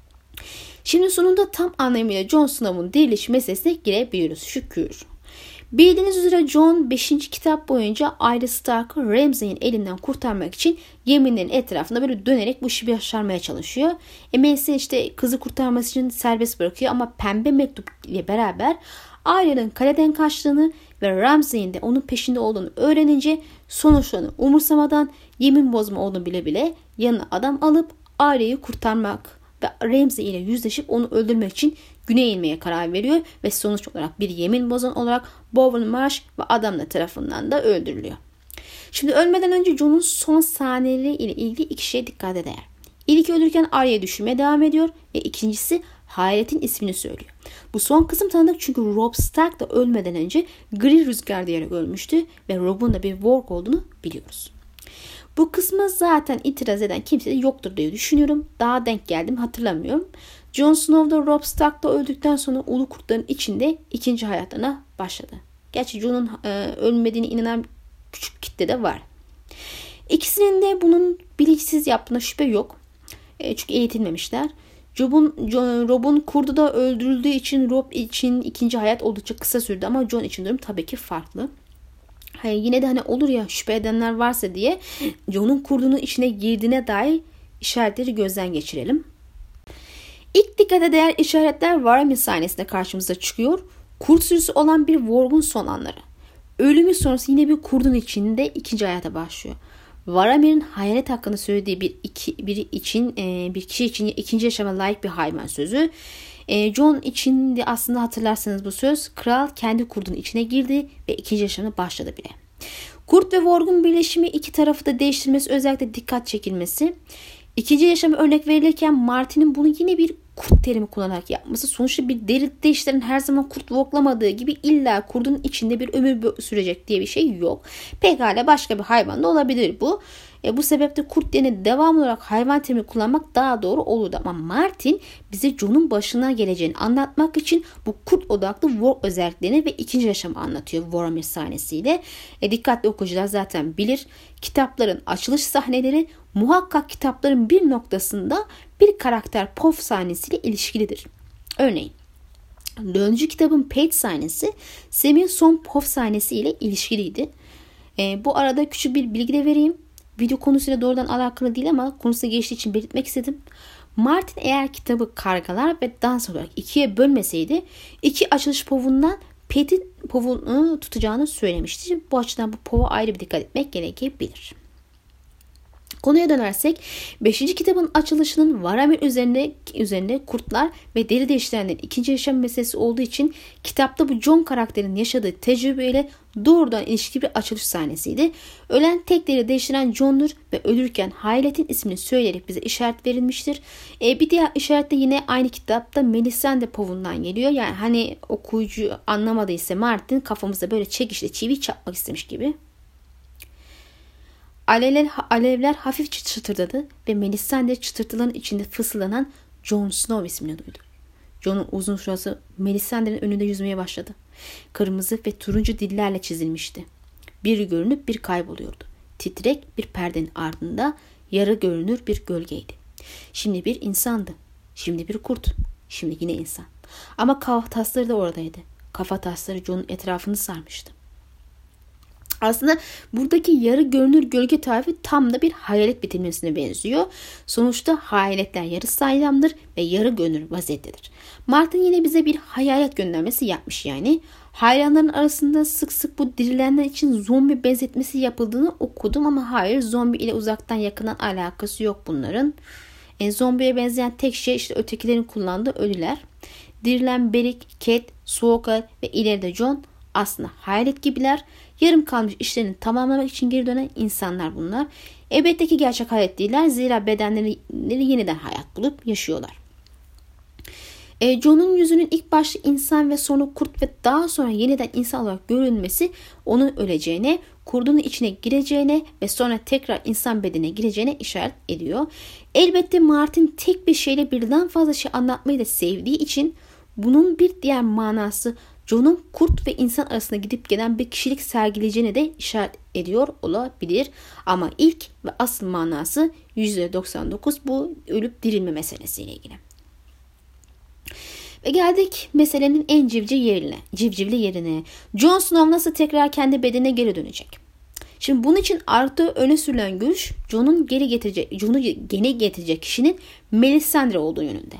Şimdi sonunda tam anlamıyla Jon Snow'un diriliş meselesine girebiliyoruz. Şükür. Bildiğiniz üzere Jon 5. kitap boyunca Arya Stark'ı Ramsay'in elinden kurtarmak için yeminlerin etrafında böyle dönerek bu işi başarmaya çalışıyor. Mace işte kızı kurtarması için serbest bırakıyor ama pembe mektup ile beraber Arya'nın kaleden kaçtığını ve Ramsay'in de onun peşinde olduğunu öğrenince sonuçlarını umursamadan yemin bozma olduğunu bile bile yanına adam alıp Arya'yı kurtarmak ve Ramsay ile yüzleşip onu öldürmek için güneye inmeye karar veriyor ve sonuç olarak bir yemin bozan olarak Bowen Marsh ve adamlar tarafından da öldürülüyor. Şimdi ölmeden önce Jon'un son sahneleri ile ilgili iki şeye dikkat eder. İlki ölürken Arya'yı düşünmeye devam ediyor ve ikincisi hayaletin ismini söylüyor. Bu son kısım tanıdık çünkü Robb Stark da ölmeden önce gri rüzgar diyerek ölmüştü ve Robb'un da bir Warg olduğunu biliyoruz. Bu kısmı zaten itiraz eden kimse de yoktur diye düşünüyorum. Daha denk geldim hatırlamıyorum. Jon Snow da Robb Stark da öldükten sonra ulu kurtların içinde ikinci hayatına başladı. Gerçi Jon'un ölmediğine inanan küçük kitle de var. İkisinin de bunun bilinçsiz yaptığına şüphe yok. Çünkü eğitilmemişler. Robb'un kurdu da öldürüldüğü için Robb için ikinci hayat oldukça kısa sürdü ama Jon için durum tabii ki farklı. Yine de olur ya şüphe edenler varsa diye Jon'un kurdunun içine girdiğine dair işaretleri gözden geçirelim. İlk dikkate değer işaretler Varamir sahnesinde karşımıza çıkıyor. Kurt sürüsü olan bir Warg'un son anları. Ölümü sonrası yine bir kurdun içinde ikinci hayata başlıyor. Varamir'in hayalet hakkında söylediği bir kişi için ikinci yaşama layık bir hayvan sözü. Jon için de aslında hatırlarsanız bu söz kral kendi kurdunun içine girdi ve ikinci yaşamına başladı bile. Kurt ve Warg'un birleşimi iki tarafı da değiştirmesi özellikle dikkat çekilmesi. İkinci yaşama örnek verilirken Martin'in bunu yine bir kurt terimi kullanarak yapması sonuçta bir deri değiştiren her zaman kurt voklamadığı gibi illa kurdun içinde bir ömür sürecek diye bir şey yok. Pekala başka bir hayvan da olabilir bu. Bu sebeple kurt yerine devamlı olarak hayvan terimi kullanmak daha doğru olurdu. Ama Martin bize Jon'un başına geleceğini anlatmak için bu kurt odaklı Warg özelliklerini ve ikinci yaşamı anlatıyor Varamir sahnesiyle. Dikkatli okuyucular zaten bilir. Kitapların açılış sahneleri muhakkak kitapların bir noktasında bir karakter Pof sahnesiyle ilişkilidir. Örneğin 4. kitabın Pate sahnesi Sam'in son Pof sahnesiyle ilişkiliydi. Bu arada küçük bir bilgi de vereyim. Video konusuyla doğrudan alakalı değil ama konusuna geçtiği için belirtmek istedim. Martin eğer kitabı kargalar ve dans olarak ikiye bölmeseydi iki açılış povundan Pate'in povunu tutacağını söylemişti. Bu açıdan bu pova ayrı bir dikkat etmek gerekebilir. Konuya dönersek 5. kitabın açılışının Varamir üzerinde kurtlar ve deri değiştirenlerin ikinci yaşam meselesi olduğu için kitapta bu Jon karakterinin yaşadığı tecrübeyle doğrudan ilişkili bir açılış sahnesiydi. Ölen tek deri değiştiren Jon'dur ve ölürken hayaletin ismini söyleyerek bize işaret verilmiştir. Bir diğer işaret de yine aynı kitapta Melisandre povundan geliyor. Yani okuyucu anlamadıysa Martin kafamızda böyle çekişle çivi çakmak istemiş gibi. Alevler hafifçe çıtırdadı ve Melisandre çıtırtıların içinde fısıldanan Jon Snow ismini duydu. Jon'un uzun şurası Melisandre'nin önünde yüzmeye başladı. Kırmızı ve turuncu dillerle çizilmişti. Bir görünüp bir kayboluyordu. Titrek bir perdenin ardında yarı görünür bir gölgeydi. Şimdi bir insandı. Şimdi bir kurt. Şimdi yine insan. Ama kafa tasları da oradaydı. Kafa tasları Jon'un etrafını sarmıştı. Aslında buradaki yarı görünür gölge tarifi tam da bir hayalet bitirmesine benziyor. Sonuçta hayaletler yarı saydamdır ve yarı görünür vaziyettedir. Martin yine bize bir hayalet göndermesi yapmış yani. Hayranların arasında sık sık bu dirilenler için zombi benzetmesi yapıldığını okudum ama hayır, zombi ile uzaktan yakından alakası yok bunların. Zombiye benzeyen tek şey işte ötekilerin kullandığı ölüler. Dirilen Beric, Cat, Sokal ve ileride Jon aslında hayalet gibiler. Yarım kalmış işlerini tamamlamak için geri dönen insanlar bunlar. Elbette ki gerçek hayalet değiller. Zira bedenleri yeniden hayat bulup yaşıyorlar. Jon'un yüzünün ilk başta insan ve sonra kurt ve daha sonra yeniden insan olarak görünmesi onun öleceğine, kurdun içine gireceğine ve sonra tekrar insan bedenine gireceğine işaret ediyor. Elbette Martin tek bir şeyle birden fazla şey anlatmayı da sevdiği için bunun bir diğer manası Jon'un kurt ve insan arasında gidip gelen bir kişilik sergileyeceğine de işaret ediyor olabilir. Ama ilk ve asıl manası %99 bu ölüp dirilme meselesiyle ilgili. Ve geldik meselenin en civcivli yerine. Jon Snow nasıl tekrar kendi bedenine geri dönecek? Şimdi bunun için Arthur öne sürülen görüş Jon'u geri getirecek kişinin Melisandre olduğu yönünde.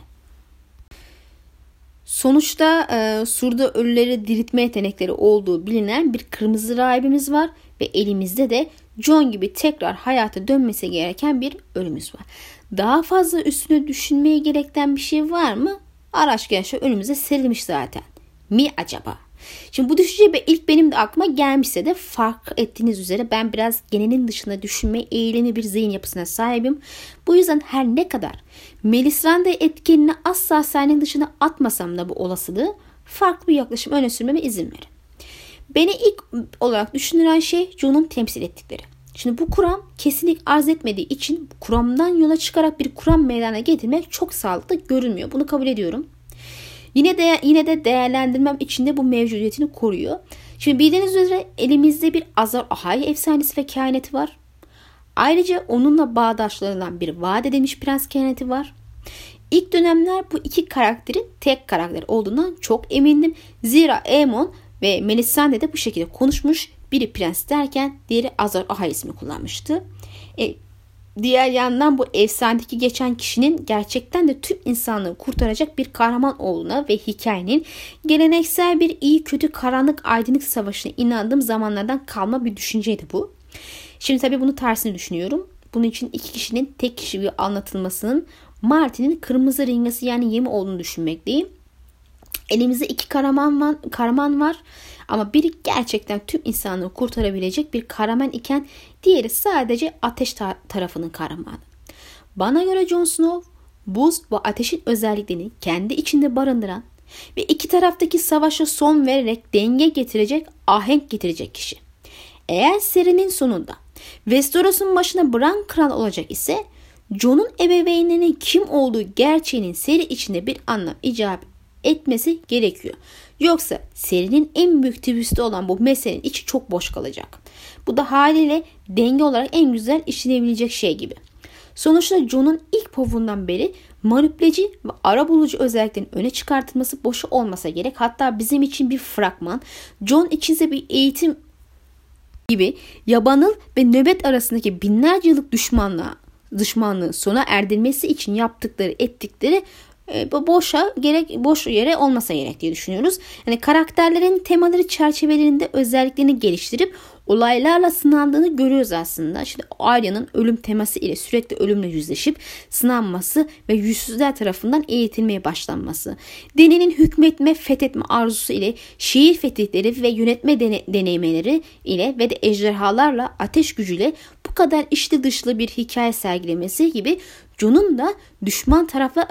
Sonuçta surda ölüleri diriltme yetenekleri olduğu bilinen bir kırmızı rahibimiz var ve elimizde de Jon gibi tekrar hayata dönmesi gereken bir ölümüz var. Daha fazla üstüne düşünmeye gerekten bir şey var mı? Araç gençler önümüze serilmiş zaten. Mi acaba? Şimdi bu düşünce ilk benim de aklıma gelmişse de fark ettiğiniz üzere ben biraz genelin dışında düşünme eğilimi bir zihin yapısına sahibim. Bu yüzden her ne kadar Melisandre etkenini asla sahnenin dışına atmasam da bu olasılığı farklı bir yaklaşım öne sürmeme izin verin. Beni ilk olarak düşündüren şey Jon'un temsil ettikleri. Şimdi bu kuram kesinlik arz etmediği için kuramdan yola çıkarak bir kuram meydana getirmek çok sağlıklı görünmüyor. Bunu kabul ediyorum. Yine de değerlendirmem içinde bu mevcudiyetini koruyor. Şimdi bildiğiniz üzere elimizde bir Azor Ahai efsanesi ve kehaneti var. Ayrıca onunla bağdaşlarından bir vaat edilmiş prens kehaneti var. İlk dönemler bu iki karakterin tek karakter olduğundan çok emindim. Zira Aemon ve Melisandre de bu şekilde konuşmuş. Biri prens derken diğeri Azor Ahai ismi kullanmıştı. Diğer yandan bu efsanedeki geçen kişinin gerçekten de tüm insanlığı kurtaracak bir kahraman olduğuna ve hikayenin geleneksel bir iyi kötü karanlık aydınlık savaşına inandığım zamanlardan kalma bir düşünceydi bu. Şimdi tabii bunu tersini düşünüyorum. Bunun için iki kişinin tek kişi gibi anlatılmasının Martin'in kırmızı ringası yani yemi olduğunu düşünmekteyim. Elimizde iki kahraman var ama biri gerçekten tüm insanlığı kurtarabilecek bir kahraman iken diğeri sadece ateş tarafının kahramanı. Bana göre Jon Snow buz ve ateşin özelliklerini kendi içinde barındıran ve iki taraftaki savaşa son vererek denge getirecek, ahenk getirecek kişi. Eğer serinin sonunda Westeros'un başına Bran kral olacak ise Jon'un ebeveynlerinin kim olduğu gerçeğinin seri içinde bir anlam icap etmesi gerekiyor. Yoksa serinin en büyük twist'i olan bu meselenin içi çok boş kalacak. Bu da haliyle denge olarak en güzel işlenebilecek şey gibi. Sonuçta Jon'un ilk povundan beri manipüleci ve arabulucu özelliklerin öne çıkartılması boşu olmasa gerek. Hatta bizim için bir fragman, Jon içinse bir eğitim gibi yabanıl ve nöbet arasındaki binlerce yıllık düşmanlığı sona erdirmesi için ettikleri boş yere olmasa gerek diye düşünüyoruz. Yani karakterlerin temaları çerçevelerinde özelliklerini geliştirip olaylarla sınandığını görüyoruz aslında. Şimdi Arya'nın ölüm teması ile sürekli ölümle yüzleşip sınanması ve yüzsüzler tarafından eğitilmeye başlanması. Deni'nin hükmetme, fethetme arzusu ile şehir fetihleri ve yönetme deneyimleri ile ve de ejderhalarla ateş gücüyle bu kadar içli dışlı bir hikaye sergilemesi gibi Jon'un da düşman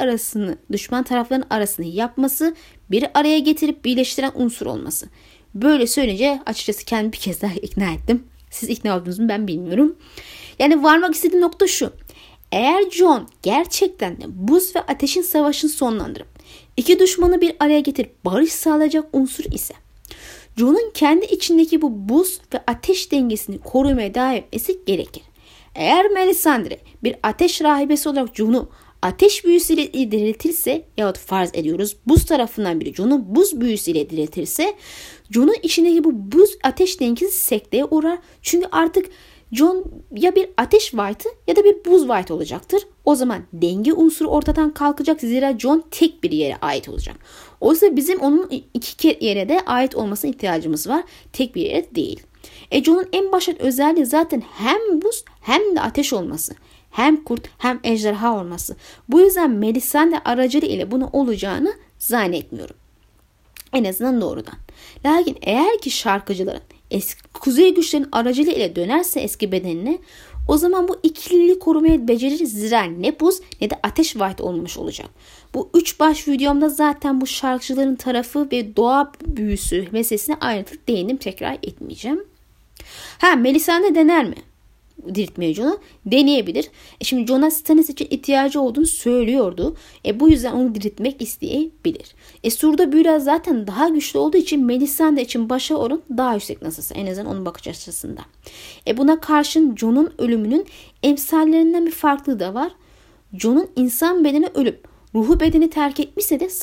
tarafların arasını yapması, bir araya getirip birleştiren unsur olması. Böyle söyleyince açıkçası kendimi bir kez daha ikna ettim. Siz ikna oldunuz mu ben bilmiyorum. Yani varmak istediğim nokta şu. Eğer Jon gerçekten de buz ve ateşin savaşını sonlandırıp iki düşmanı bir araya getirip barış sağlayacak unsur ise Jon'un kendi içindeki bu buz ve ateş dengesini korumaya devam etmesi gerekir. Eğer Melisandre bir ateş rahibesi olarak Jon'u ateş büyüsüyle diriltirse yahut farz ediyoruz buz tarafından biri Jon'u buz büyüsüyle diriltirse Jon'un içindeki bu buz ateş dengesi sekteye uğrar. Çünkü artık Jon ya bir ateş white'ı ya da bir buz white olacaktır. O zaman denge unsuru ortadan kalkacak. Zira Jon tek bir yere ait olacak. Oysa bizim onun iki yere de ait olmasına ihtiyacımız var. Tek bir yere değil. Jon'un en başat özelliği zaten hem buz hem de ateş olması. Hem kurt hem ejderha olması. Bu yüzden Melisandre aracılığı ile bunu olacağını zannetmiyorum. En azından doğrudan. Lakin eğer ki şarkıcıların kuzey güçlerin aracılığı ile dönerse eski bedenine o zaman bu ikililiği korumaya becerir zira ne buz ne de ateş white olmamış olacak. Bu 3 baş videomda zaten bu şarkıcıların tarafı ve doğa büyüsü meselesine ayrıntılı değindim, tekrar etmeyeceğim. Melisandre dener mi? Diriltmeye Jon'u deneyebilir. Şimdi Jon'a Stannis için ihtiyacı olduğunu söylüyordu. Bu yüzden onu diriltmek isteyebilir. Surda büyüler zaten daha güçlü olduğu için Melisandre için başa oran daha yüksek nasılsa. En azından onun bakış açısında. Buna karşın Jon'un ölümünün emsallerinden bir farklı da var. Jon'un insan bedeni ölüp Ruhu bedeni terk etmişse de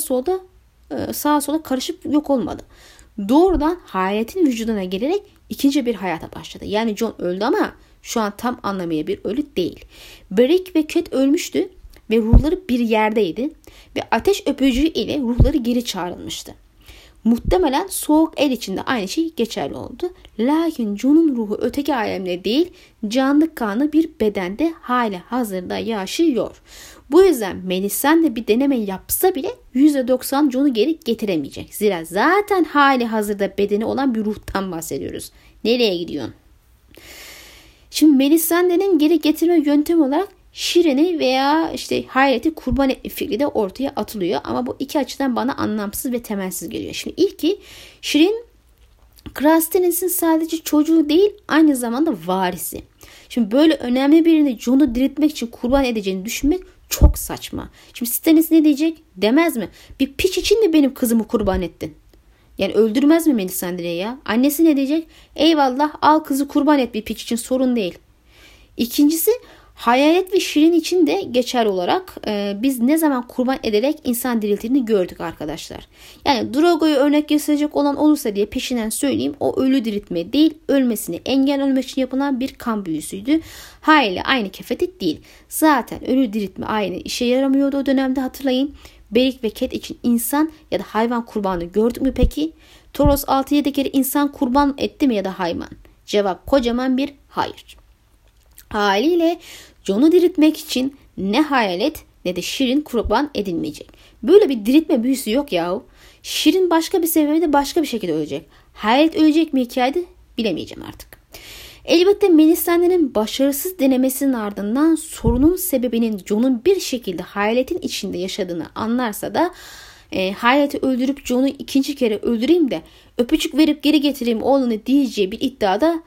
sağa sola karışıp yok olmadı. Doğrudan hayaletin vücuduna gelerek ikinci bir hayata başladı. Yani John öldü ama şu an tam anlamıyla bir ölü değil. Beric ve Cat ölmüştü ve ruhları bir yerdeydi ve ateş öpücüğü ile ruhları geri çağrılmıştı. Muhtemelen soğuk el için de aynı şey geçerli oldu. Lakin John'un ruhu öteki alemde değil, canlı kanlı bir bedende hali hazırda yaşıyor. Bu yüzden Melisandre bir deneme yapsa bile %90 John'u geri getiremeyecek. Zira zaten hali hazırda bedeni olan bir ruhtan bahsediyoruz. Nereye gidiyorsun? Şimdi Melisandre'nin geri getirme yöntemi olarak Shirin'i veya Hayalet'i kurban etme fikri de ortaya atılıyor. Ama bu iki açıdan bana anlamsız ve temelsiz geliyor. Şimdi ilki, Shirin Kral Stannis'in sadece çocuğu değil, aynı zamanda varisi. Şimdi böyle önemli birini Jon'u diriltmek için kurban edeceğini düşünmek çok saçma. Şimdi Stannis ne diyecek? Demez mi? Bir piç için mi benim kızımı kurban ettin? Yani öldürmez mi Melisandre'yi ya? Annesi ne diyecek? Eyvallah, al kızı kurban et bir piç için, sorun değil. İkincisi, Hayalet ve Shirin için de geçer olarak biz ne zaman kurban ederek insan diriltildiğini gördük arkadaşlar. Yani Drogo'yu örnek gösterecek olan olursa diye peşinden söyleyeyim, o ölü diriltme değil, ölmesini engellemek için yapılan bir kan büyüsüydü. Hayli aynı kefede değil. Zaten ölü diriltme aynı işe yaramıyordu o dönemde, hatırlayın. Beric ve Cat için insan ya da hayvan kurbanı gördük mü peki? Toros 6-7 kere insan kurban etti mi ya da hayvan? Cevap kocaman bir hayır. Haliyle Jon'u diriltmek için ne Hayalet ne de Shirin kurban edilmeyecek. Böyle bir diriltme büyüsü yok yahu. Shirin başka bir sebeple başka bir şekilde ölecek. Hayalet ölecek mi hikayede bilemeyeceğim artık. Elbette Melisandre'nin başarısız denemesinin ardından sorunun sebebinin Jon'un bir şekilde Hayalet'in içinde yaşadığını anlarsa da Hayalet'i öldürüp Jon'u ikinci kere öldüreyim de öpücük verip geri getireyim oğlunu diyeceği bir iddiada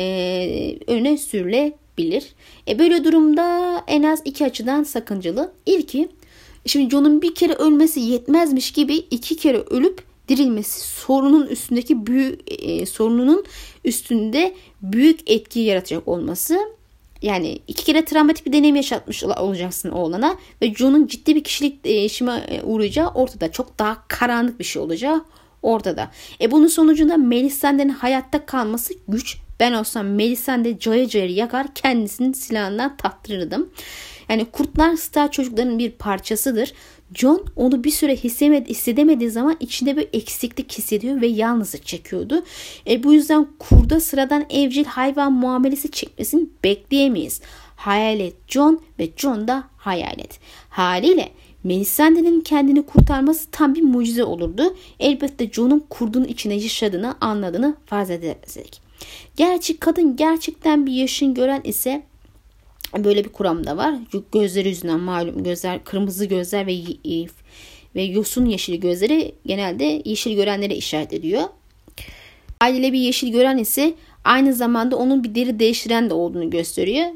öne sürülebilir. Böyle durumda en az iki açıdan sakıncalı. İlki, şimdi Jon'un bir kere ölmesi yetmezmiş gibi iki kere ölüp dirilmesi sorununun üstünde büyük etki yaratacak olması. Yani iki kere travmatik bir deneyim yaşatmış olacaksın oğlana ve Jon'un ciddi bir kişilik değişime uğrayacağı ortada. Çok daha karanlık bir şey olacağı ortada. Bunun sonucunda Melisandre'nin hayatta kalması güç. Ben olsam Melisandre cayır cayır yakar, kendisinin silahından taktırırdım. Yani kurtlar Stark çocuklarının bir parçasıdır. Jon onu bir süre hissedemediği zaman içinde bir eksiklik hissediyor ve yalnızlık çekiyordu. Bu yüzden kurda sıradan evcil hayvan muamelesi çekmesini bekleyemeyiz. Hayalet Jon ve Jon da hayalet. Haliyle Melisandre'nin kendini kurtarması tam bir mucize olurdu. Elbette Jon'un kurdun içinde yaşadığını anladığını farz edersek. Gerçi kadın gerçekten bir yaşın gören ise böyle bir kuram da var. Gözleri yüzünden malum, gözler kırmızı gözler ve yosun yeşili gözleri genelde yeşil görenlere işaret ediyor. Aile bir yeşil gören ise aynı zamanda onun bir deri değiştiren de olduğunu gösteriyor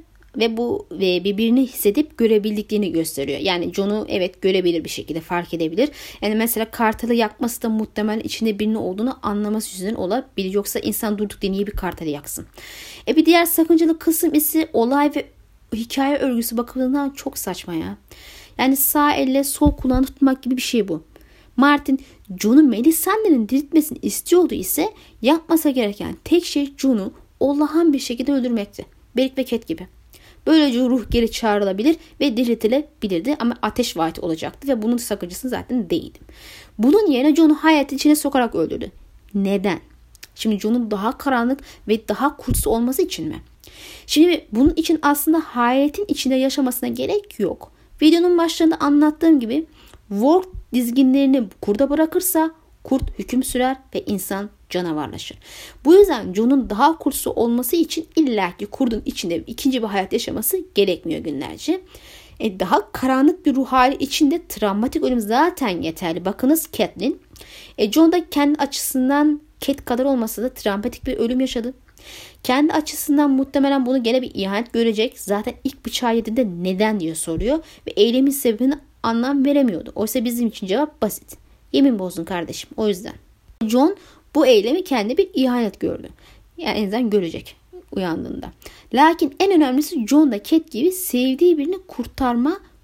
ve birbirini hissedip görebildiklerini gösteriyor. Yani Jon'u evet görebilir, bir şekilde fark edebilir. Yani mesela kartalı yakması da muhtemelen içinde birinin olduğunu anlaması yüzünden olabilir. Yoksa insan durduk diye niye bir kartalı yaksın? Bir diğer sakıncalı kısım ise olay ve hikaye örgüsü bakımından çok saçma ya. Yani sağ elle sol kulağını tutmak gibi bir şey bu. Martin Jon'u Melisandre'nin diriltmesini istiyordu ise yapmasa gereken tek şey Jon'u olağan bir şekilde öldürmekti. Beric ve Cat gibi. Böylece ruh geri çağrılabilir ve diriltilebilirdi ama ateş vaati olacaktı ve bunun sakıncasını zaten değildim. Bunun yerine Jon'u hayat içine sokarak öldürdü. Neden? Şimdi Jon'un daha karanlık ve daha kurtsu olması için mi? Şimdi bunun için aslında hayaletin içinde yaşamasına gerek yok. Videonun başlarında anlattığım gibi Ward dizginlerini kurda bırakırsa kurt hüküm sürer ve insan canavarlaşır. Bu yüzden Jon'un daha kurtsu olması için illaki kurdun içinde ikinci bir hayat yaşaması gerekmiyor günlerce. Daha karanlık bir ruh hali içinde travmatik ölüm zaten yeterli. Bakınız Catelyn. Jon da kendi açısından Cat kadar olmasa da travmatik bir ölüm yaşadı. Kendi açısından muhtemelen bunu gene bir ihanet görecek. Zaten ilk bıçağı yediğinde neden diye soruyor ve eylemin sebebini anlam veremiyordu. Oysa bizim için cevap basit. Yemin bozdun kardeşim, o yüzden. Jon bu eylemi kendi bir ihanet gördü. Yani en azından görecek uyandığında. Lakin en önemlisi Jon da Cat gibi sevdiği birini kurtarma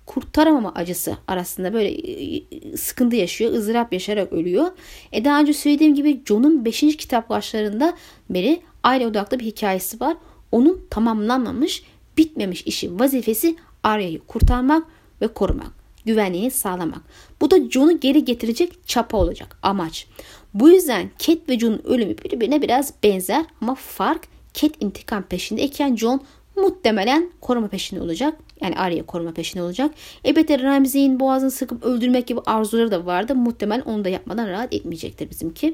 kurtaramama acısı arasında böyle sıkıntı yaşıyor, ızdırap yaşayarak ölüyor. Daha önce söylediğim gibi Jon'un 5. kitap başlarında beri aile odaklı bir hikayesi var. Onun tamamlanmamış, bitmemiş işi, vazifesi Arya'yı kurtarmak ve korumak, güvenliğini sağlamak. Bu da Jon'u geri getirecek çapa olacak, amaç. Bu yüzden Cat ve Jon'un ölümü birbirine biraz benzer ama fark, Cat intikam peşindeyken Jon muhtemelen koruma peşinde olacak. Yani Arya koruma peşinde olacak. Elbette Ramsay'in boğazını sıkıp öldürmek gibi arzuları da vardı. Muhtemelen onu da yapmadan rahat etmeyecektir bizimki.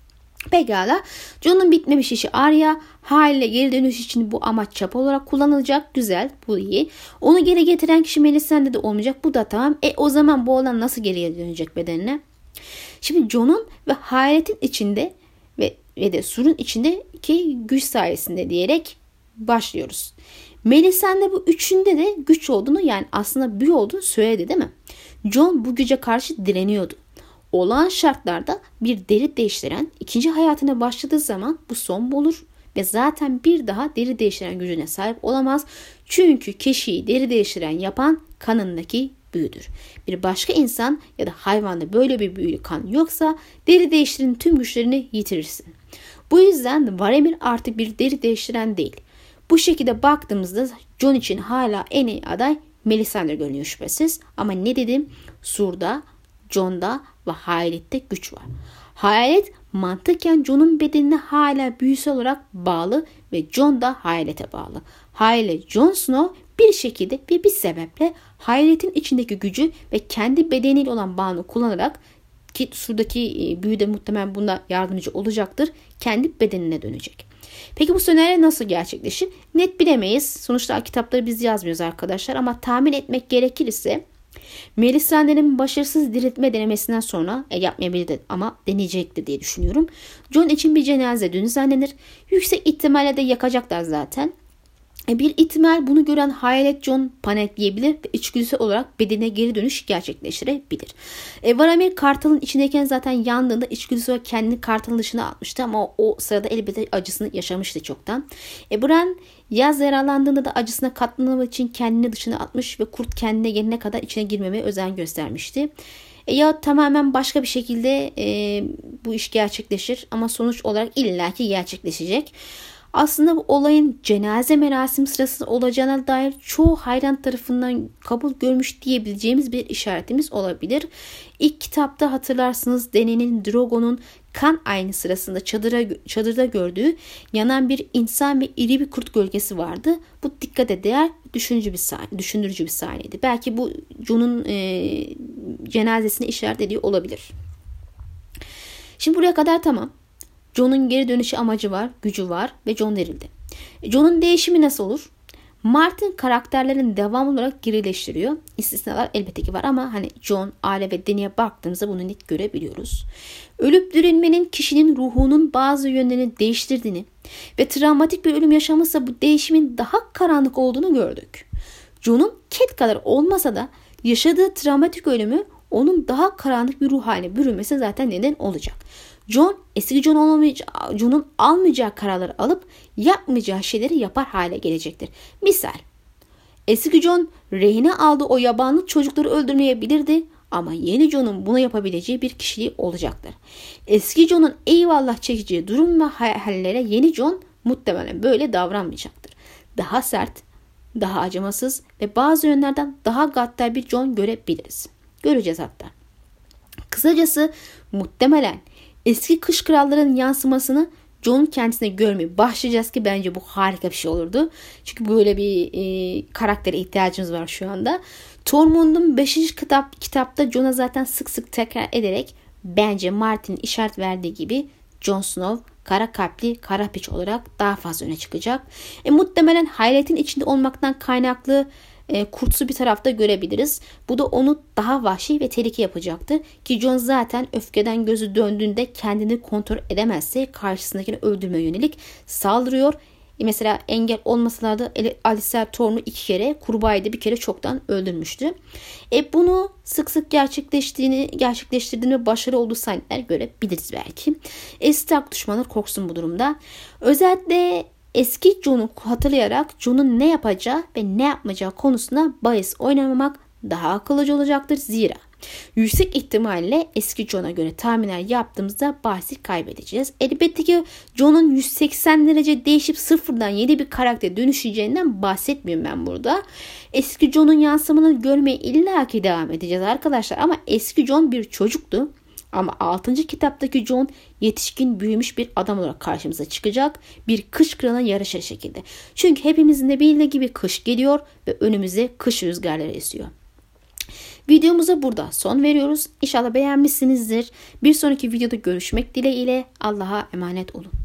Pekala. Jon'un bitmemiş işi Arya. Haliyle geri dönüş için bu amaç çapa olarak kullanılacak. Güzel. Bu iyi. Onu geri getiren kişi Melisandre de olmayacak. Bu da tamam. O zaman bu olan nasıl geriye dönecek bedenine? Şimdi Jon'un ve hayaletin içinde ve de surun içindeki güç sayesinde diyerek başlıyoruz. Melisandre bu üçünde de güç olduğunu, yani aslında büyü olduğunu söyledi, değil mi? Jon bu güce karşı direniyordu. Olağan şartlarda bir deri değiştiren ikinci hayatına başladığı zaman bu son bulur ve zaten bir daha deri değiştiren gücüne sahip olamaz. Çünkü kişiyi deri değiştiren yapan kanındaki büyüdür. Bir başka insan ya da hayvanda böyle bir büyülü kan yoksa deri değiştiren tüm güçlerini yitirirsin. Bu yüzden Varamir artık bir deri değiştiren değil. Bu şekilde baktığımızda Jon için hala en iyi aday Melisandre görünüyor şüphesiz. Ama ne dedim? Sur'da, Jon'da ve Hayalette güç var. Hayalet mantıken Jon'un bedenine hala büyüsel olarak bağlı ve Jon da hayalete bağlı. Hayalet Jon Snow bir şekilde ve bir sebeple hayaletin içindeki gücü ve kendi bedeniyle olan bağını kullanarak, ki Sur'daki büyü de muhtemelen bunda yardımcı olacaktır, kendi bedenine dönecek. Peki bu senaryo nasıl gerçekleşir? Net bilemeyiz. Sonuçta kitapları biz yazmıyoruz arkadaşlar, ama tahmin etmek gerekirse Melisandre'nin başarısız diriltme denemesinden sonra yapmayabilir ama deneyecektir diye düşünüyorum. Jon için bir cenaze düzenlenir. Yüksek ihtimalle de yakacaklar zaten. Bir ihtimal bunu gören hayalet Jon panikleyebilir ve içgüdüsel olarak bedene geri dönüş gerçekleştirebilir. Varamir Kartal'ın içindeyken zaten yandığında içgüdüsel olarak kendini Kartal'ın dışına atmıştı ama o sırada elbette acısını yaşamıştı çoktan. Bran yaz yaralandığında da acısına katlanmak için kendini dışına atmış ve kurt kendine gelene kadar içine girmemeye özen göstermişti. Ya tamamen başka bir şekilde bu iş gerçekleşir ama sonuç olarak illaki gerçekleşecek. Aslında bu olayın cenaze merasimi sırasında olacağına dair çoğu hayran tarafından kabul görmüş diyebileceğimiz bir işaretimiz olabilir. İlk kitapta hatırlarsınız Dany'nin Drogo'nun kan ayini sırasında çadırda gördüğü yanan bir insan ve iri bir kurt gölgesi vardı. Bu dikkate değer düşündürücü bir sahneydi. Belki bu Jon'un cenazesine işaret ediyor olabilir. Şimdi buraya kadar tamam. Jon'un geri dönüşü amacı var, gücü var ve Jon dirildi. Jon'un değişimi nasıl olur? Martin karakterlerin devamlı olarak gerileştiriyor. İstisnalar elbette ki var ama hani Jon, Arya ve Dany'e baktığımızda bunu net görebiliyoruz. Ölüp dirilmenin kişinin ruhunun bazı yönlerini değiştirdiğini ve travmatik bir ölüm yaşamışsa bu değişimin daha karanlık olduğunu gördük. Jon'un Cat kadar olmasa da yaşadığı travmatik ölümü onun daha karanlık bir ruh haline bürünmesi zaten neden olacak. Jon eski Jon'un almayacağı kararları alıp yapmayacağı şeyleri yapar hale gelecektir. Misal, eski Jon rehine aldığı o yabanlı çocukları öldürmeyebilirdi ama yeni Jon'un bunu yapabileceği bir kişiliği olacaktır. Eski Jon'un eyvallah çekeceği durum ve hallere yeni Jon muhtemelen böyle davranmayacaktır. Daha sert, daha acımasız ve bazı yönlerden daha gaddar bir Jon görebiliriz. Göreceğiz hatta. Kısacası muhtemelen eski kış kralların yansımasını Jon'un kendisine görmeye başlayacağız ki bence bu harika bir şey olurdu. Çünkü böyle bir karaktere ihtiyacımız var şu anda. Tormund'un 5. kitapta Jon'a zaten sık sık tekrar ederek bence Martin'in işaret verdiği gibi Jon Snow kara kalpli, kara piç olarak daha fazla öne çıkacak. Muhtemelen hayaletin içinde olmaktan kaynaklı kurtsu bir tarafta görebiliriz. Bu da onu daha vahşi ve tehlike yapacaktı. Ki Jon zaten öfkeden gözü döndüğünde kendini kontrol edemezse karşısındakini öldürmeye yönelik saldırıyor. Mesela engel olmasalardı Alliser Thorne'u 2 kere, Kurbağa'yı da bir kere çoktan öldürmüştü. Bunu sık sık gerçekleştirdiğini ve başarılı olduğu sahneler görebiliriz belki. Stark düşmanlar korksun bu durumda. Özellikle eski Jon'u hatırlayarak Jon'un ne yapacağı ve ne yapmayacağı konusunda bahis oynamamak daha akıllıca olacaktır. Zira yüksek ihtimalle eski Jon'a göre tahminler yaptığımızda bahsi kaybedeceğiz. Elbette ki Jon'un 180 derece değişip sıfırdan yeni bir karaktere dönüşeceğinden bahsetmiyorum ben burada. Eski Jon'un yansımalarını görmeye illaki devam edeceğiz arkadaşlar. Ama eski Jon bir çocuktu. Ama 6. kitaptaki Jon yetişkin büyümüş bir adam olarak karşımıza çıkacak. Bir kış kralına yarışır şekilde. Çünkü hepimizin de bildiği gibi kış geliyor ve önümüze kış rüzgarları esiyor. Videomuza burada son veriyoruz. İnşallah beğenmişsinizdir. Bir sonraki videoda görüşmek dileğiyle. Allah'a emanet olun.